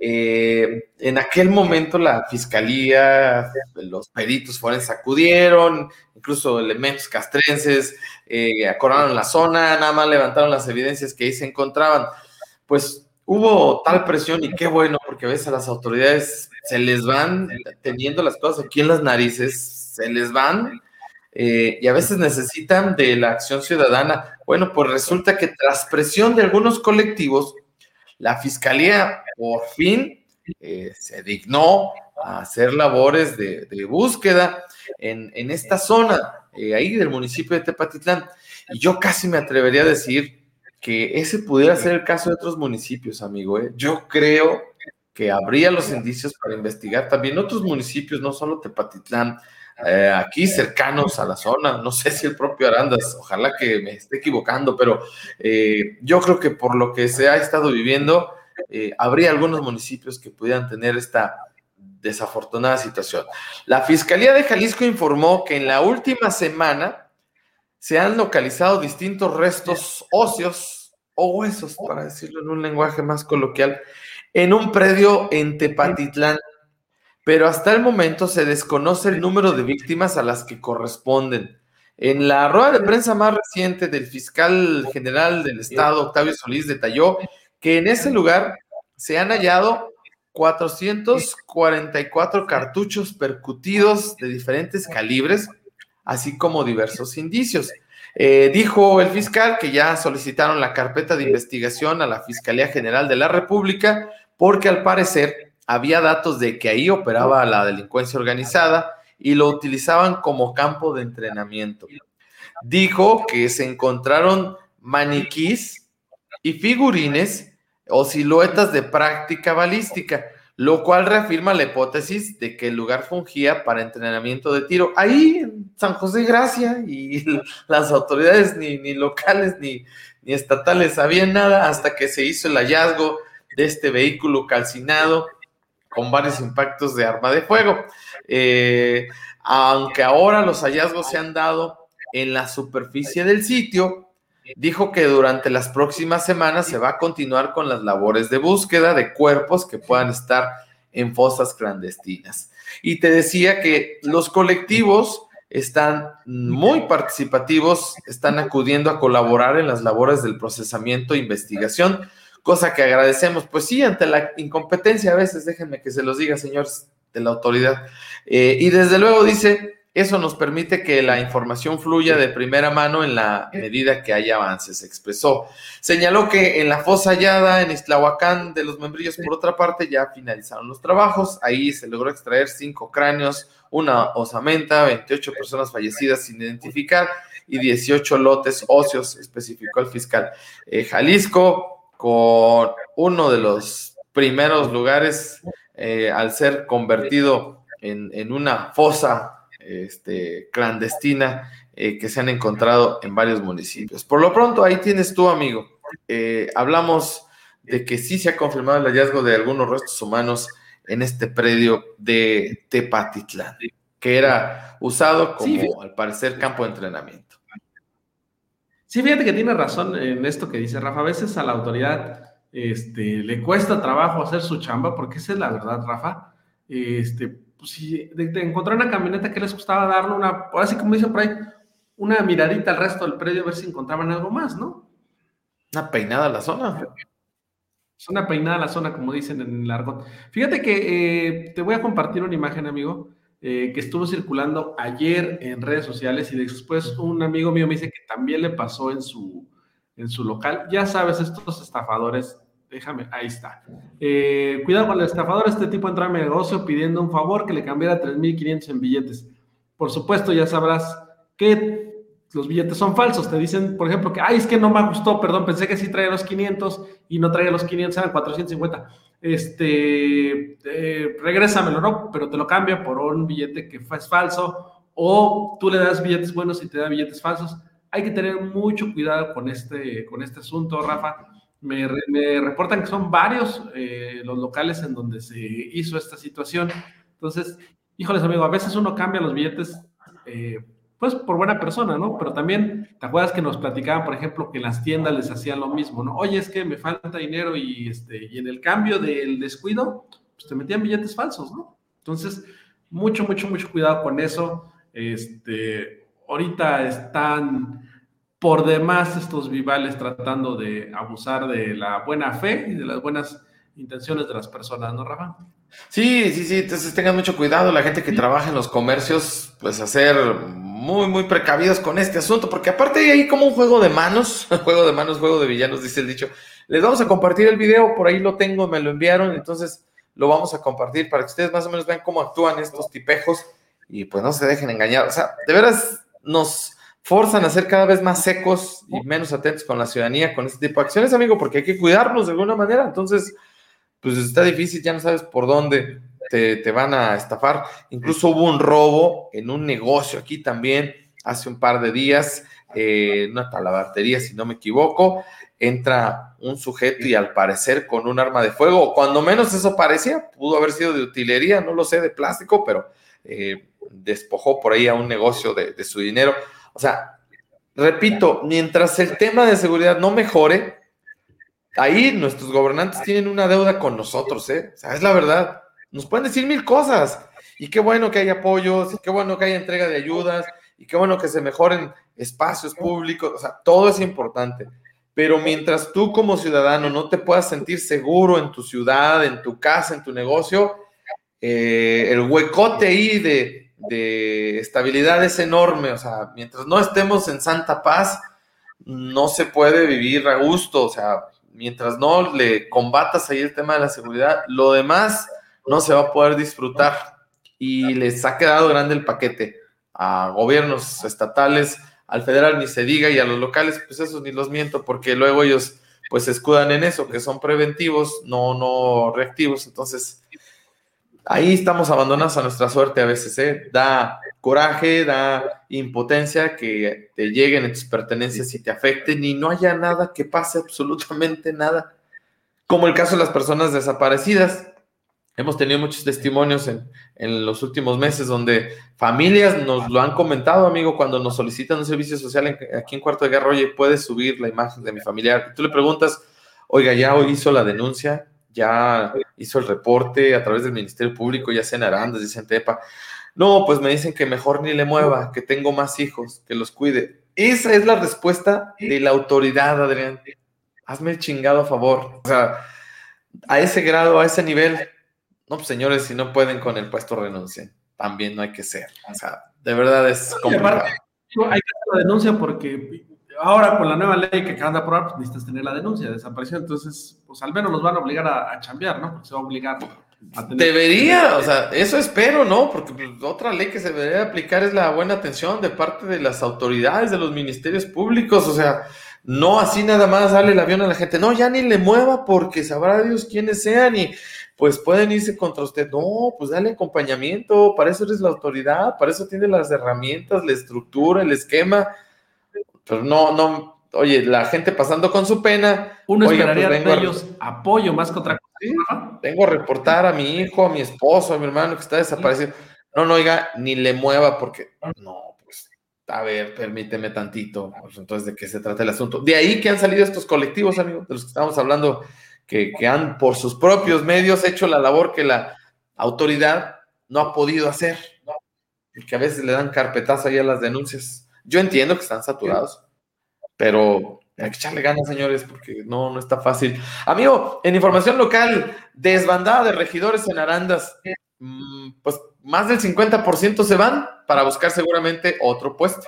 Eh, en aquel momento la fiscalía, los peritos forenses acudieron, incluso elementos castrenses, eh, acordaron la zona, nada más levantaron las evidencias que ahí se encontraban. Pues hubo tal presión, y qué bueno, porque a veces a las autoridades se les van teniendo las cosas aquí en las narices, se les van, eh, y a veces necesitan de la acción ciudadana. Bueno, pues resulta que tras presión de algunos colectivos, la fiscalía por fin eh, se dignó a hacer labores de, de búsqueda en, en esta zona, eh, ahí del municipio de Tepatitlán. Y yo casi me atrevería a decir que ese pudiera ser el caso de otros municipios, amigo. ¿eh? Yo creo que habría los indicios para investigar también otros municipios, no solo Tepatitlán, eh, aquí cercanos a la zona. No sé si el propio Arandas, ojalá que me esté equivocando, pero eh, yo creo que por lo que se ha estado viviendo, eh, habría algunos municipios que pudieran tener esta desafortunada situación. La Fiscalía de Jalisco informó que en la última semana se han localizado distintos restos óseos o huesos, para decirlo en un lenguaje más coloquial, en un predio en Tepatitlán, pero hasta el momento se desconoce el número de víctimas a las que corresponden. En la rueda de prensa más reciente del fiscal general del estado, Octavio Solís, detalló que en ese lugar se han hallado cuatrocientos cuarenta y cuatro cartuchos percutidos de diferentes calibres, así como diversos indicios. Eh, dijo el fiscal que ya solicitaron la carpeta de investigación a la Fiscalía General de la República porque al parecer había datos de que ahí operaba la delincuencia organizada y lo utilizaban como campo de entrenamiento. Dijo que se encontraron maniquís y figurines o siluetas de práctica balística, lo cual reafirma la hipótesis de que el lugar fungía para entrenamiento de tiro. Ahí en San José de Gracia, y las autoridades ni, ni locales ni, ni estatales sabían nada hasta que se hizo el hallazgo de este vehículo calcinado con varios impactos de arma de fuego. Eh, aunque ahora los hallazgos se han dado en la superficie del sitio, dijo que durante las próximas semanas se va a continuar con las labores de búsqueda de cuerpos que puedan estar en fosas clandestinas. Y te decía que los colectivos están muy participativos, están acudiendo a colaborar en las labores del procesamiento e investigación, cosa que agradecemos. Pues sí, ante la incompetencia a veces, déjenme que se los diga, señores de la autoridad. Eh, y desde luego dice, eso nos permite que la información fluya de primera mano en la medida que haya avances, expresó. Señaló que en la fosa hallada en Ixtlahuacán de los Membrillos, por otra parte, ya finalizaron los trabajos. Ahí se logró extraer cinco cráneos, una osamenta, veintiocho personas fallecidas sin identificar y dieciocho lotes óseos, especificó el fiscal. Eh, Jalisco, con uno de los primeros lugares eh, al ser convertido en, en una fosa Este, clandestina eh, que se han encontrado en varios municipios. Por lo pronto, ahí tienes tú, amigo. Eh, hablamos de que sí se ha confirmado el hallazgo de algunos restos humanos en este predio de Tepatitlán, que era usado como, sí, al parecer, campo de entrenamiento. Sí, fíjate que tiene razón en esto que dice Rafa. A veces a la autoridad este, le cuesta trabajo hacer su chamba, porque esa es la verdad, Rafa. Este, pues si de, de encontrar una camioneta que les gustaba darle una, así como dice por ahí, una miradita al resto del predio a ver si encontraban algo más, ¿no? Una peinada a la zona. Es una peinada a la zona, como dicen en el argot. Fíjate que eh, te voy a compartir una imagen, amigo, eh, que estuvo circulando ayer en redes sociales y después un amigo mío me dice que también le pasó en su, en su local. Ya sabes, estos estafadores. Déjame, ahí está. Eh, cuidado con el estafador, este tipo entró a mi negocio pidiendo un favor que le cambiara tres mil quinientos en billetes. Por supuesto, ya sabrás qué los billetes son falsos. Te dicen, por ejemplo, que, ay, es que no me gustó, perdón, pensé que sí traía los quinientos y no traía los quinientos, eran cuatrocientos cincuenta. Este, eh, regrésamelo, ¿no? Pero te lo cambia por un billete que es falso, o tú le das billetes buenos y te da billetes falsos. Hay que tener mucho cuidado con este, con este asunto, Rafa. Me, me reportan que son varios eh, los locales en donde se hizo esta situación. Entonces, híjoles, amigo, a veces uno cambia los billetes eh, pues por buena persona, ¿no? Pero también, ¿te acuerdas que nos platicaban, por ejemplo, que en las tiendas les hacían lo mismo, ¿no? Oye, es que me falta dinero y, este, y en el cambio del descuido, pues te metían billetes falsos, ¿no? Entonces, mucho, mucho, mucho cuidado con eso. Este, ahorita están por demás estos vivales tratando de abusar de la buena fe y de las buenas intenciones de las personas, ¿no, Rafa? Sí, sí, sí, entonces tengan mucho cuidado la gente que trabaja en los comercios, pues hacer muy, muy precavidos con este asunto, porque aparte hay ahí como un juego de manos, juego de manos, juego de villanos, dice el dicho. Les vamos a compartir el video, por ahí lo tengo, me lo enviaron, entonces lo vamos a compartir para que ustedes más o menos vean cómo actúan estos tipejos y pues no se dejen engañar. O sea, de veras nos forzan a ser cada vez más secos y menos atentos con la ciudadanía, con este tipo de acciones, amigo, porque hay que cuidarnos de alguna manera, entonces pues está difícil, ya no sabes por dónde te, te van a estafar. Incluso hubo un robo en un negocio aquí también hace un par de días, eh, una talabartería, si no me equivoco. Entra un sujeto y al parecer con un arma de fuego, o cuando menos eso parecía, pudo haber sido de utilería, no lo sé, de plástico, pero eh, despojó por ahí a un negocio de, de su dinero. O sea, repito, mientras el tema de seguridad no mejore, ahí nuestros gobernantes tienen una deuda con nosotros, ¿eh? O sea, es la verdad. Nos pueden decir mil cosas. Y qué bueno que haya apoyos, y qué bueno que haya entrega de ayudas, y qué bueno que se mejoren espacios públicos. O sea, todo es importante. Pero mientras tú como ciudadano no te puedas sentir seguro en tu ciudad, en tu casa, en tu negocio, eh, el huecote ahí de, de estabilidad es enorme. O sea, mientras no estemos en santa paz, no se puede vivir a gusto. O sea, mientras no le combatas ahí el tema de la seguridad, lo demás no se va a poder disfrutar. Y les ha quedado grande el paquete a gobiernos estatales, al federal ni se diga, y a los locales, pues esos ni los miento, porque luego ellos pues se escudan en eso, que son preventivos, no, no reactivos. Entonces, ahí estamos abandonados a nuestra suerte a veces, ¿eh? Da coraje, da impotencia que te lleguen en tus pertenencias y te afecten y no haya nada que pase, absolutamente nada. Como el caso de las personas desaparecidas. Hemos tenido muchos testimonios en, en los últimos meses donde familias nos lo han comentado, amigo, cuando nos solicitan un servicio social en, aquí en Cuarto de Guerra. Oye, ¿puedes subir la imagen de mi familiar? Y tú le preguntas, oiga, ¿ya hizo la denuncia? ¿Ya hizo el reporte a través del Ministerio Público, ya sea en Arandas, ya sea en Tepa? No, pues me dicen que mejor ni le mueva, que tengo más hijos, que los cuide. Esa es la respuesta de la autoridad, Adrián. Hazme el chingado favor. O sea, a ese grado, a ese nivel. No, pues señores, si no pueden con el puesto, renuncien. También no hay que ser. O sea, de verdad es complicado. Aparte, hay que hacer la denuncia porque ahora con la nueva ley que acaban de aprobar, pues necesitas tener la denuncia de desaparición. Entonces, pues al menos nos van a obligar a, a chambear, ¿no? Porque se va a obligar a tener... Debería, o sea, eso espero, ¿no? Porque pues, otra ley que se debería aplicar es la buena atención de parte de las autoridades, de los ministerios públicos. O sea, no así nada más sale el avión a la gente. No, ya ni le mueva porque sabrá Dios quiénes sean y pues pueden irse contra usted. No, pues dale acompañamiento, para eso eres la autoridad, para eso tiene las herramientas, la estructura, el esquema. Pero no, no, oye, la gente pasando con su pena. Uno oiga, esperaría pues, de ellos a... apoyo más que otra cosa. Sí, vengo a reportar a mi hijo, a mi esposo, a mi hermano que está desaparecido. No, no, oiga, ni le mueva porque, no, pues, a ver, permíteme tantito. Pues, entonces, ¿de qué se trata el asunto? De ahí que han salido estos colectivos, amigos, de los que estamos hablando, que, que han por sus propios medios hecho la labor que la autoridad no ha podido hacer, ¿no? Y que a veces le dan carpetazo ahí a las denuncias. Yo entiendo que están saturados, pero hay que echarle ganas, señores, porque no, no está fácil. Amigo, en información local, desbandada de regidores en Arandas, pues más del cincuenta por ciento se van para buscar seguramente otro puesto.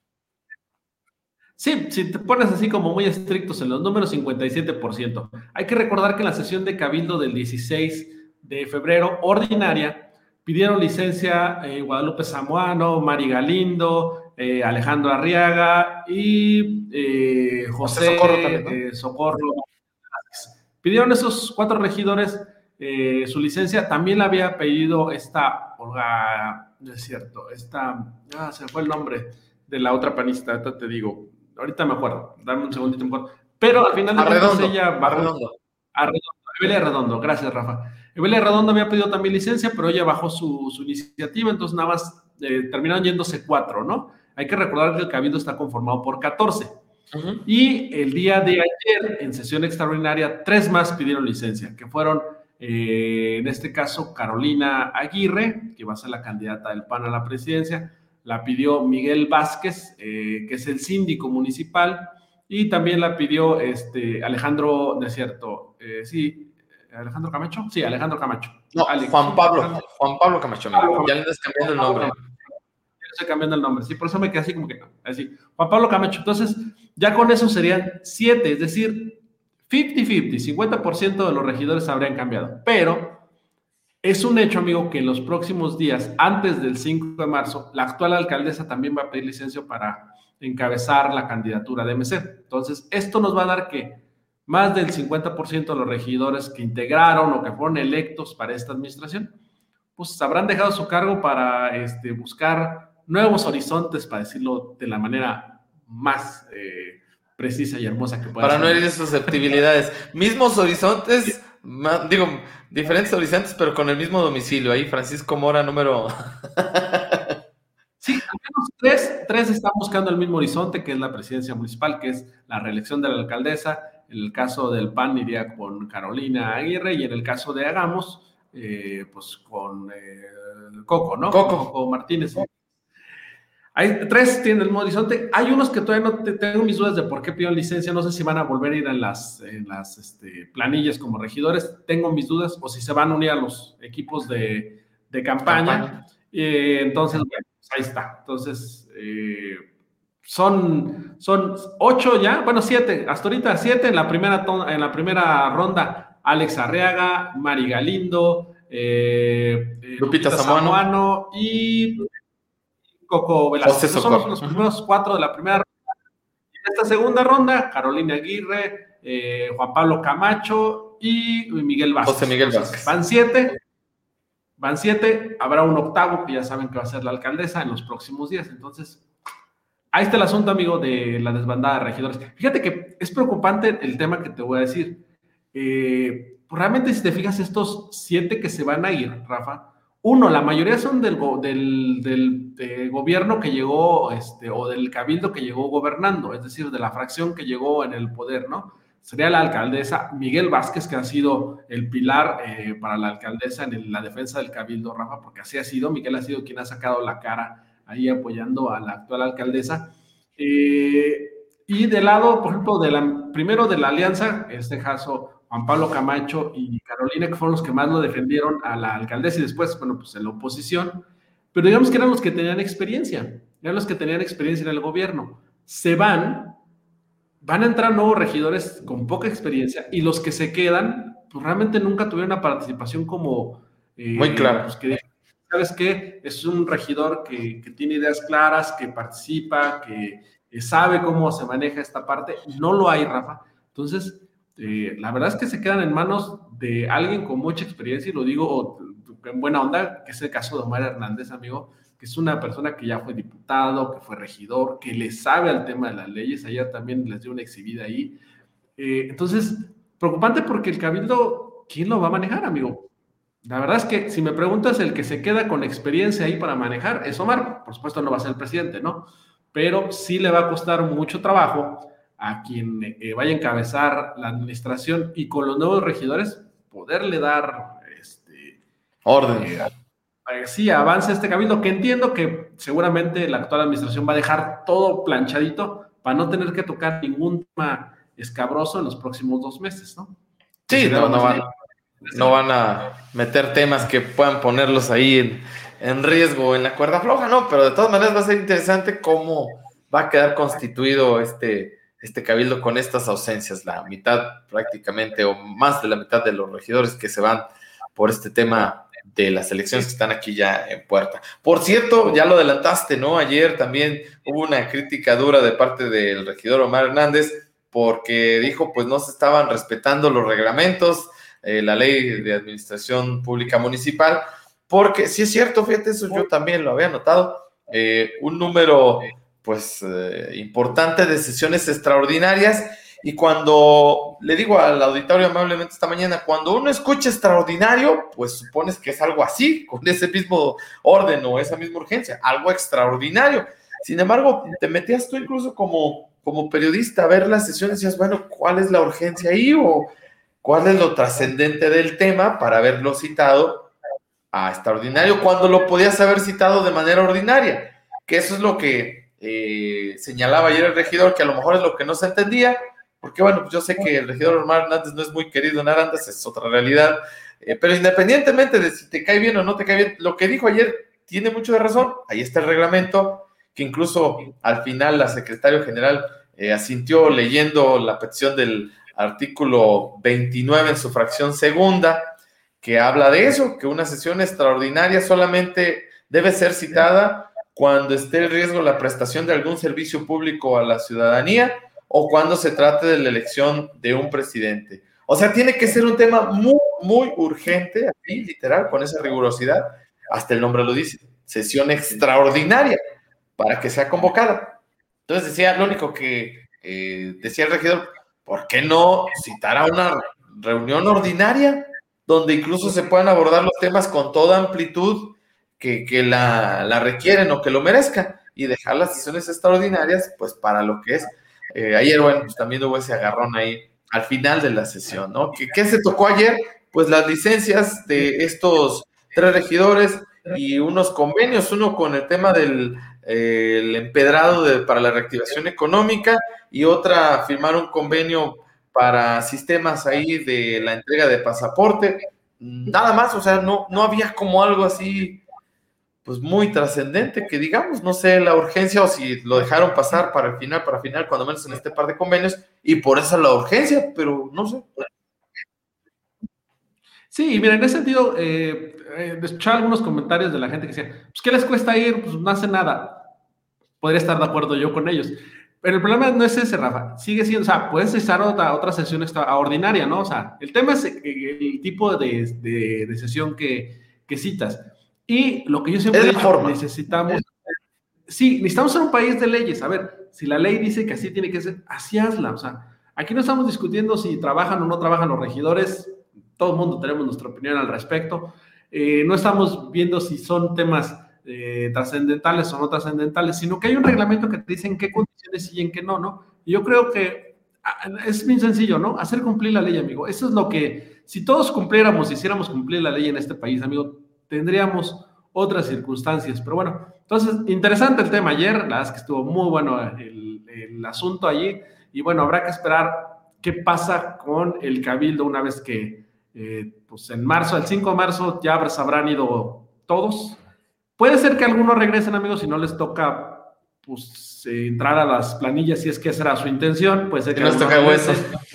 Sí, si te pones así como muy estrictos en los números, cincuenta y siete por ciento. Hay que recordar que en la sesión de Cabildo del dieciséis de febrero, ordinaria, pidieron licencia eh, Guadalupe Zamuano, Mari Galindo, eh, Alejandro Arriaga y eh, José, José Socorro, también, ¿no? eh, Socorro. Pidieron esos cuatro regidores eh, su licencia. También la había pedido esta Olga, no es cierto, esta, ah, se fue el nombre de la otra panista, ahorita te digo, ahorita me acuerdo, dame un segundito, me acuerdo. Pero al final de cuentas ella bajó. Arredondo. Arredondo. Evelia Redondo, gracias Rafa. Evelia Redondo había pedido también licencia, pero ella bajó su, su iniciativa, entonces nada más eh, terminaron yéndose cuatro, ¿no? Hay que recordar que el Cabildo está conformado por catorce. Uh-huh. Y el día de ayer, en sesión extraordinaria, tres más pidieron licencia, que fueron, eh, en este caso, Carolina Aguirre, que va a ser la candidata del P A N a la presidencia, la pidió Miguel Vázquez, eh, que es el síndico municipal, y también la pidió este, Alejandro, ¿no es cierto? Eh, sí, ¿Alejandro Camacho? Sí, Alejandro Camacho. No, Alex, Juan Pablo, Alejandro. Juan Pablo Camacho, amigo. Ya le estás cambiando el nombre. Ya estoy cambiando el nombre, sí, por eso me quedé así como que no, así, Juan Pablo Camacho. Entonces, ya con eso serían siete, es decir, cincuenta cincuenta, cincuenta por ciento de los regidores habrían cambiado, pero es un hecho, amigo, que en los próximos días, antes del cinco de marzo, la actual alcaldesa también va a pedir licencia para encabezar la candidatura de M C. Entonces, esto nos va a dar que más del cincuenta por ciento de los regidores que integraron o que fueron electos para esta administración, pues habrán dejado su cargo para este, buscar nuevos horizontes, para decirlo de la manera más eh, precisa y hermosa que pueda Para ser. No herir susceptibilidades. Mismos horizontes, ma, digo, diferentes horizontes, pero con el mismo domicilio. Ahí Francisco Mora, número... Sí, al menos tres, tres están buscando el mismo horizonte, que es la presidencia municipal, que es la reelección de la alcaldesa. En el caso del P A N iría con Carolina Aguirre, y en el caso de Hagamos, eh, pues con eh, Coco, ¿no? Coco. Coco Martínez. Hay tres tienen el mismo horizonte. Hay unos que todavía no te, tengo mis dudas de por qué pidieron licencia. No sé si van a volver a ir en las, en las este, planillas como regidores. Tengo mis dudas. O si se van a unir a los equipos de, de campaña. campaña. Eh, entonces, bueno, pues ahí está. Entonces, eh, son, son ocho ya. Bueno, siete. Hasta ahorita siete. En la primera, en la primera ronda, Alex Arriaga, Mari Galindo, eh, Lupita, Lupita Samuano. Samuano y... Coco Velázquez. Son los, los primeros cuatro de la primera ronda. En esta segunda ronda, Carolina Aguirre, eh, Juan Pablo Camacho y Miguel Vázquez. José Miguel Vázquez. Entonces, van siete. Van siete. Habrá un octavo que ya saben que va a ser la alcaldesa en los próximos días. Entonces, ahí está el asunto, amigo, de la desbandada de regidores. Fíjate que es preocupante el tema que te voy a decir. Eh, realmente, si te fijas, estos siete que se van a ir, Rafa, uno, la mayoría son del, del, del, del gobierno que llegó, este, o del cabildo que llegó gobernando, es decir, de la fracción que llegó en el poder, ¿no? Sería la alcaldesa Miguel Vázquez, que ha sido el pilar eh, para la alcaldesa en el, la defensa del cabildo, Rafa, porque así ha sido. Miguel ha sido quien ha sacado la cara ahí apoyando a la actual alcaldesa. Eh, y del lado, por ejemplo, de la, primero de la alianza, en este caso, Juan Pablo Camacho y Carolina, que fueron los que más lo defendieron a la alcaldesa, y después, bueno, pues en la oposición, pero digamos que eran los que tenían experiencia, eran los que tenían experiencia en el gobierno. Se van, van a entrar nuevos regidores con poca experiencia, y los que se quedan, pues realmente nunca tuvieron una participación como... Eh, Muy clara. Pues que, ¿sabes qué? Es un regidor que, que tiene ideas claras, que participa, que, que sabe cómo se maneja esta parte. No lo hay, Rafa. Entonces... Eh, la verdad es que se quedan en manos de alguien con mucha experiencia, y lo digo en buena onda, que es el caso de Omar Hernández, amigo, que es una persona que ya fue diputado, que fue regidor, que le sabe al tema de las leyes. Ayer también les dio una exhibida ahí. Eh, entonces, preocupante porque el cabildo, ¿quién lo va a manejar, amigo? La verdad es que si me preguntas, el que se queda con experiencia ahí para manejar es Omar. Por supuesto no va a ser el presidente, ¿no? Pero sí le va a costar mucho trabajo a quien eh, vaya a encabezar la administración, y con los nuevos regidores poderle dar este, orden. Eh, eh, sí, avance este cabildo, que entiendo que seguramente la actual administración va a dejar todo planchadito para no tener que tocar ningún tema escabroso en los próximos dos meses, ¿no? Sí, no, no, van, no van a meter temas que puedan ponerlos ahí en, en riesgo, en la cuerda floja, ¿no? Pero de todas maneras va a ser interesante cómo va a quedar constituido este... este cabildo con estas ausencias, la mitad prácticamente o más de la mitad de los regidores que se van por este tema de las elecciones que están aquí ya en puerta. Por cierto, ya lo adelantaste, ¿no? Ayer también hubo una crítica dura de parte del regidor Omar Hernández porque dijo, pues no se estaban respetando los reglamentos, eh, la ley de administración pública municipal, porque sí es cierto, fíjate, eso yo también lo había notado, eh, un número pues eh, importante de sesiones extraordinarias, y cuando le digo al auditorio amablemente esta mañana, cuando uno escucha extraordinario, pues supones que es algo así, con ese mismo orden o esa misma urgencia, algo extraordinario. Sin embargo, te metías tú incluso como, como periodista a ver las sesiones y decías, bueno, ¿cuál es la urgencia ahí o cuál es lo trascendente del tema para haberlo citado a extraordinario cuando lo podías haber citado de manera ordinaria? Que eso es lo que eh, señalaba ayer el regidor, que a lo mejor es lo que no se entendía, porque bueno, pues yo sé que el regidor Omar Hernández no es muy querido en Arandas, es otra realidad, eh, pero independientemente de si te cae bien o no te cae bien, lo que dijo ayer tiene mucho de razón. Ahí está el reglamento, que incluso al final la secretaria general eh, asintió leyendo la petición del artículo veintinueve en su fracción segunda, que habla de eso, que una sesión extraordinaria solamente debe ser citada cuando esté en riesgo la prestación de algún servicio público a la ciudadanía o cuando se trate de la elección de un presidente. O sea, tiene que ser un tema muy, muy urgente, aquí, literal, con esa rigurosidad. Hasta el nombre lo dice, sesión extraordinaria, para que sea convocada. Entonces decía, lo único que eh, decía el regidor, ¿por qué no citar a una reunión ordinaria donde incluso se puedan abordar los temas con toda amplitud que, que la, la requieren o que lo merezcan, y dejar las sesiones extraordinarias pues para lo que es? Eh, ayer, bueno, pues también hubo ese agarrón ahí al final de la sesión, ¿no? ¿Qué, qué se tocó ayer? Pues las licencias de estos tres regidores y unos convenios, uno con el tema del eh, el empedrado de, para la reactivación económica, y otra firmar un convenio para sistemas ahí de la entrega de pasaporte. Nada más, o sea, no, no había como algo así pues muy trascendente, que digamos, no sé la urgencia o si lo dejaron pasar para el final, para final, cuando menos en este par de convenios, y por eso la urgencia, pero no sé. Sí, mira, en ese sentido, eh, eh, escuchaba algunos comentarios de la gente que decía, pues, ¿qué les cuesta ir? Pues no hace nada. Podría estar de acuerdo yo con ellos. Pero el problema no es ese, Rafa. Sigue siendo, o sea, puedes estar otra, otra sesión extraordinaria, ¿no? O sea, el tema es el, el tipo de, de, de sesión que, que citas. Y lo que yo siempre he dicho, necesitamos, sí, necesitamos ser un país de leyes. A ver, si la ley dice que así tiene que ser, así hazla. O sea, aquí no estamos discutiendo si trabajan o no trabajan los regidores. Todo el mundo tenemos nuestra opinión al respecto. Eh, no estamos viendo si son temas eh, trascendentales o no trascendentales, sino que hay un reglamento que te dice en qué condiciones y en qué no, ¿no? Y yo creo que es bien sencillo, ¿no? Hacer cumplir la ley, amigo. Eso es lo que, si todos cumpliéramos, hiciéramos cumplir la ley en este país, amigo, tendríamos otras circunstancias. Pero bueno, entonces, interesante el tema ayer, la verdad es que estuvo muy bueno el, el asunto allí, y bueno, habrá que esperar qué pasa con el cabildo una vez que Eh, pues en marzo, el cinco de marzo, ya habrán ido todos. Puede ser que algunos regresen, amigos, si no les toca pues eh, entrar a las planillas, si es que esa era su intención. Puede ser que nos toca hueso.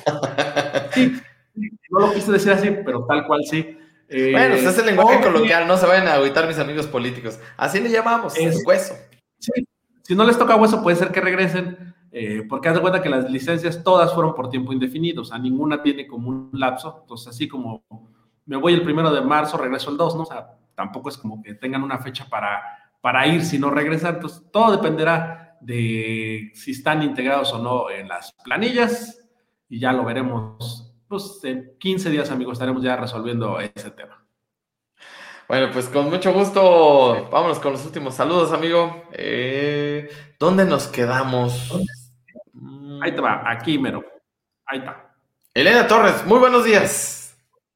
Sí, no lo quise decir así, pero tal cual sí. Eh, bueno, pues es el lenguaje okay. coloquial, no se vayan a agüitar mis amigos políticos. Así le llamamos, es, hueso. Sí, si no les toca hueso, puede ser que regresen. Eh, porque haz de cuenta que las licencias todas fueron por tiempo indefinido, o sea, ninguna tiene como un lapso. Entonces, así como me voy el primero de marzo, regreso el dos, ¿no? O sea, tampoco es como que tengan una fecha para, para ir, sino regresar. Entonces, todo dependerá de si están integrados o no en las planillas, y ya lo veremos. Pues en quince días, amigos, estaremos ya resolviendo ese tema. Bueno, pues con mucho gusto, vámonos con los últimos saludos, amigo. Eh, ¿Dónde nos quedamos? Ahí te va, aquí mero. Ahí está. Elena Torres, muy buenos días.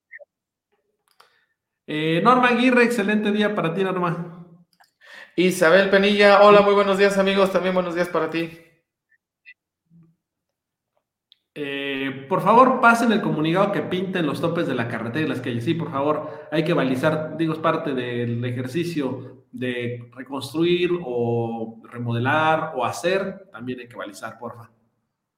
Eh, Norma Aguirre, excelente día para ti, Norma. Isabel Penilla, hola, muy buenos días, amigos, también buenos días para ti. Eh, por favor, pasen el comunicado que pinten los topes de la carretera y las calles. Sí, por favor, hay que balizar, digo, es parte del ejercicio de reconstruir o remodelar o hacer, también hay que balizar, porfa.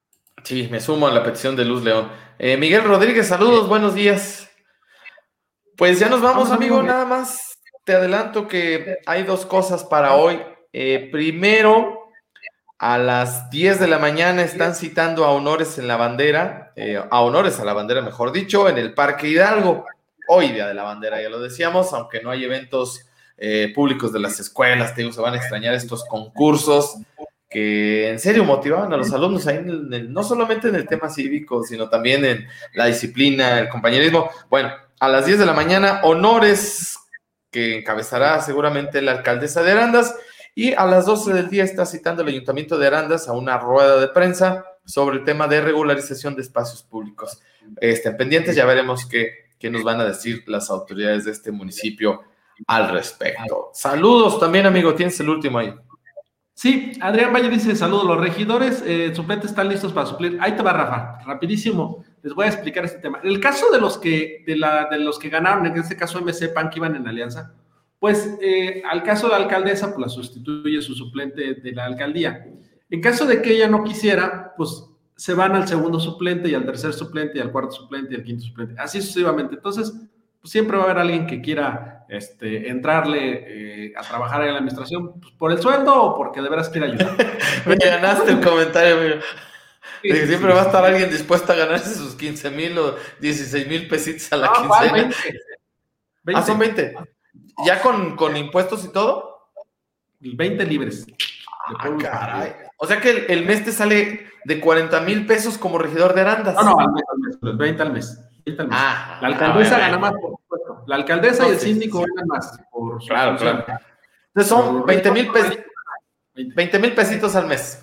Sí, me sumo a la petición de Luz León. Eh, Miguel Rodríguez, saludos, buenos días. Pues ya nos vamos, amigo, nada más te adelanto que hay dos cosas para hoy. Eh, primero, a las diez de la mañana están citando a honores en la bandera, eh, a honores a la bandera, mejor dicho, en el Parque Hidalgo. Hoy, Día de la Bandera, ya lo decíamos, aunque no hay eventos eh, públicos de las escuelas, te digo, se van a extrañar estos concursos que en serio motivaban a los alumnos, ahí en el, no solamente en el tema cívico, sino también en la disciplina, el compañerismo. Bueno, a las diez de la mañana, honores que encabezará seguramente la alcaldesa de Arandas, y a las doce del día está citando el Ayuntamiento de Arandas a una rueda de prensa sobre el tema de regularización de espacios públicos. Estén pendientes, ya veremos qué, qué nos van a decir las autoridades de este municipio al respecto. Saludos también, amigo, tienes el último ahí. Sí, Adrián Valle dice, saludos, los regidores eh, suplentes están listos para suplir. Ahí te va, Rafa, rapidísimo, les voy a explicar este tema. En el caso de los que, de la, de los que ganaron, en este caso M C, P A N, que iban en alianza, pues eh, al caso de la alcaldesa, pues la sustituye su suplente de la alcaldía. En caso de que ella no quisiera, pues se van al segundo suplente y al tercer suplente y al cuarto suplente y al quinto suplente, así sucesivamente. Entonces, pues siempre va a haber alguien que quiera este, entrarle eh, a trabajar en la administración, pues, por el sueldo o porque de veras quiere ayudar. Me ganaste el comentario, amigo. Sí, de que siempre sí, va a estar sí. alguien dispuesto a ganarse sus quince mil o dieciséis mil pesitos a la No, quincena. veinte. veinte. Ah, son veinte. ¿Ya con, con impuestos y todo? veinte libres. Ah, caray. O sea que el, el mes te sale de cuarenta mil pesos como regidor de Arandas. No, no, al mes, al mes, veinte al mes. veinte al mes. Ah, la alcaldesa ah, gana bueno. más, por supuesto. La alcaldesa No, y el sí, síndico sí. ganan más. Por su Claro, función. claro. Entonces son veinte mil pesitos, veinte. veinte mil pesitos al mes.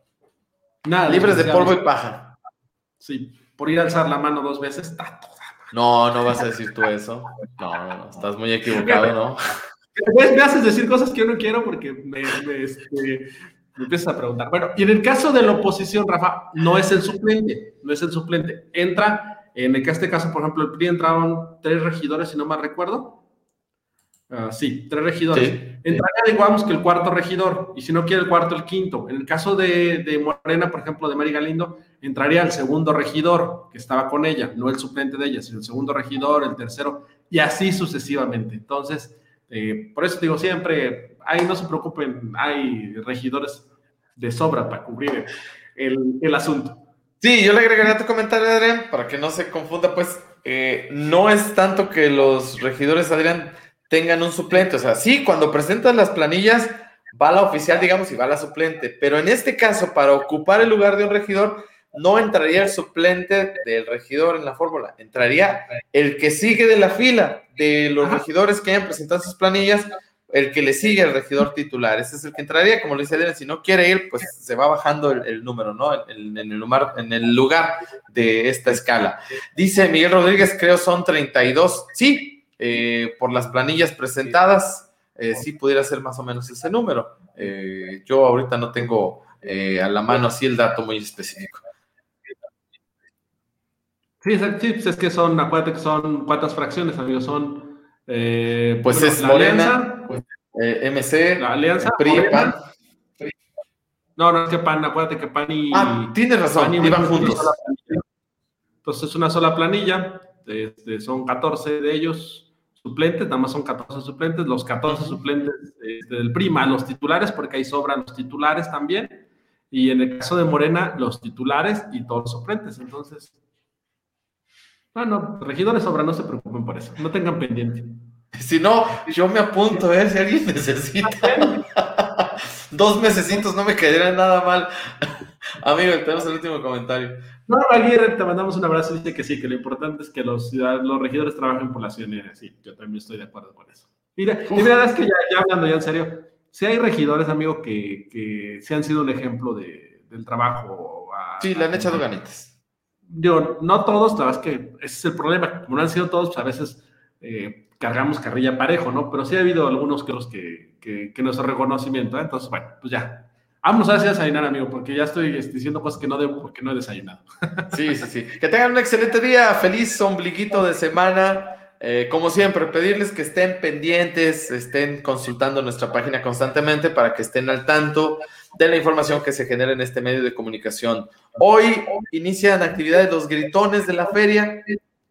Nada. Libres de especial. polvo y paja. Sí, por ir a alzar la mano dos veces, está toda. No, no vas a decir tú eso. No, no, no, estás muy equivocado, ¿no? Me haces decir cosas que yo no quiero porque me, me, este, me empiezas a preguntar. Bueno, y en el caso de la oposición, Rafa, no es el suplente, no es el suplente. Entra, en este caso, por ejemplo, el P R I entraron tres regidores, si no mal recuerdo. Uh, sí, tres regidores. Sí, Entraría, digamos, que el cuarto regidor, y si no quiere el cuarto, el quinto. En el caso de, de Morena, por ejemplo, de Mary Galindo, entraría el segundo regidor, que estaba con ella, no el suplente de ella, sino el segundo regidor, el tercero, y así sucesivamente. Entonces, eh, por eso digo siempre, ahí no se preocupen, hay regidores de sobra para cubrir el, el asunto. Sí, yo le agregaría tu comentario, Adrián, para que no se confunda, pues, eh, no es tanto que los regidores, Adrián, tengan un suplente, o sea, sí, cuando presentan las planillas, va la oficial, digamos, y va la suplente, pero en este caso, para ocupar el lugar de un regidor, no entraría el suplente del regidor en la fórmula, entraría el que sigue de la fila de los Ajá. regidores que hayan presentado sus planillas, el que le sigue al regidor titular, ese es el que entraría, como lo dice Adrián, si no quiere ir, pues se va bajando el, el número, ¿no? En, en, el lugar, en el lugar de esta escala. Dice Miguel Rodríguez, creo son treinta y dos, sí, eh, por las planillas presentadas, eh, sí pudiera ser más o menos ese número. Eh, yo ahorita no tengo eh, a la mano así el dato muy específico. Sí, sí, pues es que son, acuérdate que son cuántas fracciones, amigos, son... Eh, Pues bueno, es la Morena, alianza, pues, eh, M C, la alianza, P R I, Morena. P A N. No, no es que P A N, acuérdate que P A N y... Ah, tienes razón, P A N y iban Morena juntos. son una sola planilla. Entonces es una sola planilla, este, son catorce de ellos suplentes, nada más son catorce suplentes, los catorce suplentes este, del P R I más los titulares, porque ahí sobran los titulares también, y en el caso de Morena, los titulares y todos los suplentes, entonces... Bueno, regidores sobran, no se preocupen por eso, no tengan pendiente. Si no, yo me apunto, a ver si alguien necesita. Dos mesecitos no me caerían nada mal. Amigo, tenemos el último comentario. No, Aguirre, te mandamos un abrazo. Dice que sí, que lo importante es que los, los regidores trabajen por la ciudadanía. Sí, yo también estoy de acuerdo con eso. Mira, y mira, es que ya, ya hablando ya en serio, si hay regidores, amigo, que, que se han sido un ejemplo de, del trabajo. A, sí, le han echado ganitas. Yo, no todos, la verdad es que ese es el problema. Como no han sido todos, pues a veces eh, cargamos carrilla parejo, ¿no? Pero sí ha habido algunos que los que, que, que nuestro reconocimiento, ¿eh? Entonces, bueno, pues ya. Vámonos a desayunar, amigo, porque ya estoy diciendo cosas que no debo porque no he desayunado. Sí, sí, sí. Que tengan un excelente día, feliz ombliguito de semana. Eh, como siempre, pedirles que estén pendientes, estén consultando nuestra página constantemente para que estén al tanto de la información que se genera en este medio de comunicación. Hoy inician actividades los gritones de la feria.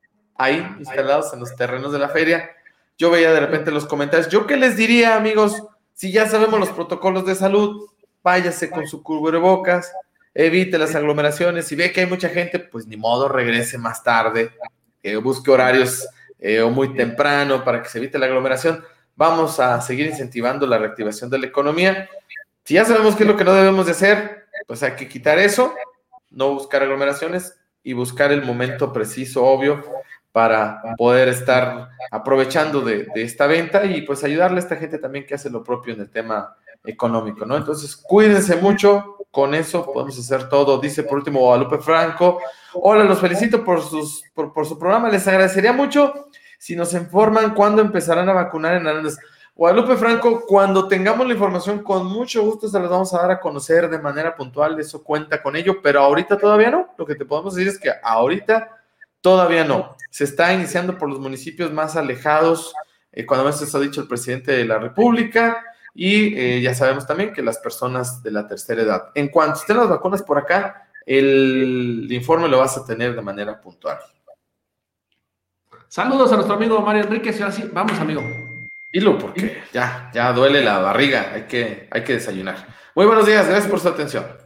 ahí instalados en los terrenos de la feria. Yo veía de repente los comentarios. ¿Yo qué les diría, amigos? Si ya sabemos los protocolos de salud, váyase con su cubrebocas, evite las aglomeraciones. Si ve que hay mucha gente, pues ni modo, regrese más tarde, eh, busque horarios eh, o muy temprano para que se evite la aglomeración. Vamos a seguir incentivando la reactivación de la economía. Si ya sabemos qué es lo que no debemos de hacer, pues hay que quitar eso, no buscar aglomeraciones y buscar el momento preciso, obvio, para poder estar aprovechando de, de esta venta y pues ayudarle a esta gente también que hace lo propio en el tema económico, ¿no? Entonces, cuídense mucho, con eso podemos hacer todo. Dice por último Guadalupe Franco, hola, los felicito por, sus, por, por su programa, les agradecería mucho si nos informan cuándo empezarán a vacunar en Arandas. Guadalupe Franco, cuando tengamos la información, con mucho gusto se las vamos a dar a conocer de manera puntual, eso cuenta con ello, pero ahorita todavía no. Lo que te podemos decir es que ahorita todavía no. Se está iniciando por los municipios más alejados, eh, cuando más se ha dicho el presidente de la República, y eh, ya sabemos también que las personas de la tercera edad. En cuanto estén las vacunas por acá, el informe lo vas a tener de manera puntual. Saludos a nuestro amigo Mario Enríquez, y ahora sí, vamos, amigo. Dilo, porque ya, ya duele la barriga, hay que, hay que desayunar. Muy buenos días, gracias por su atención.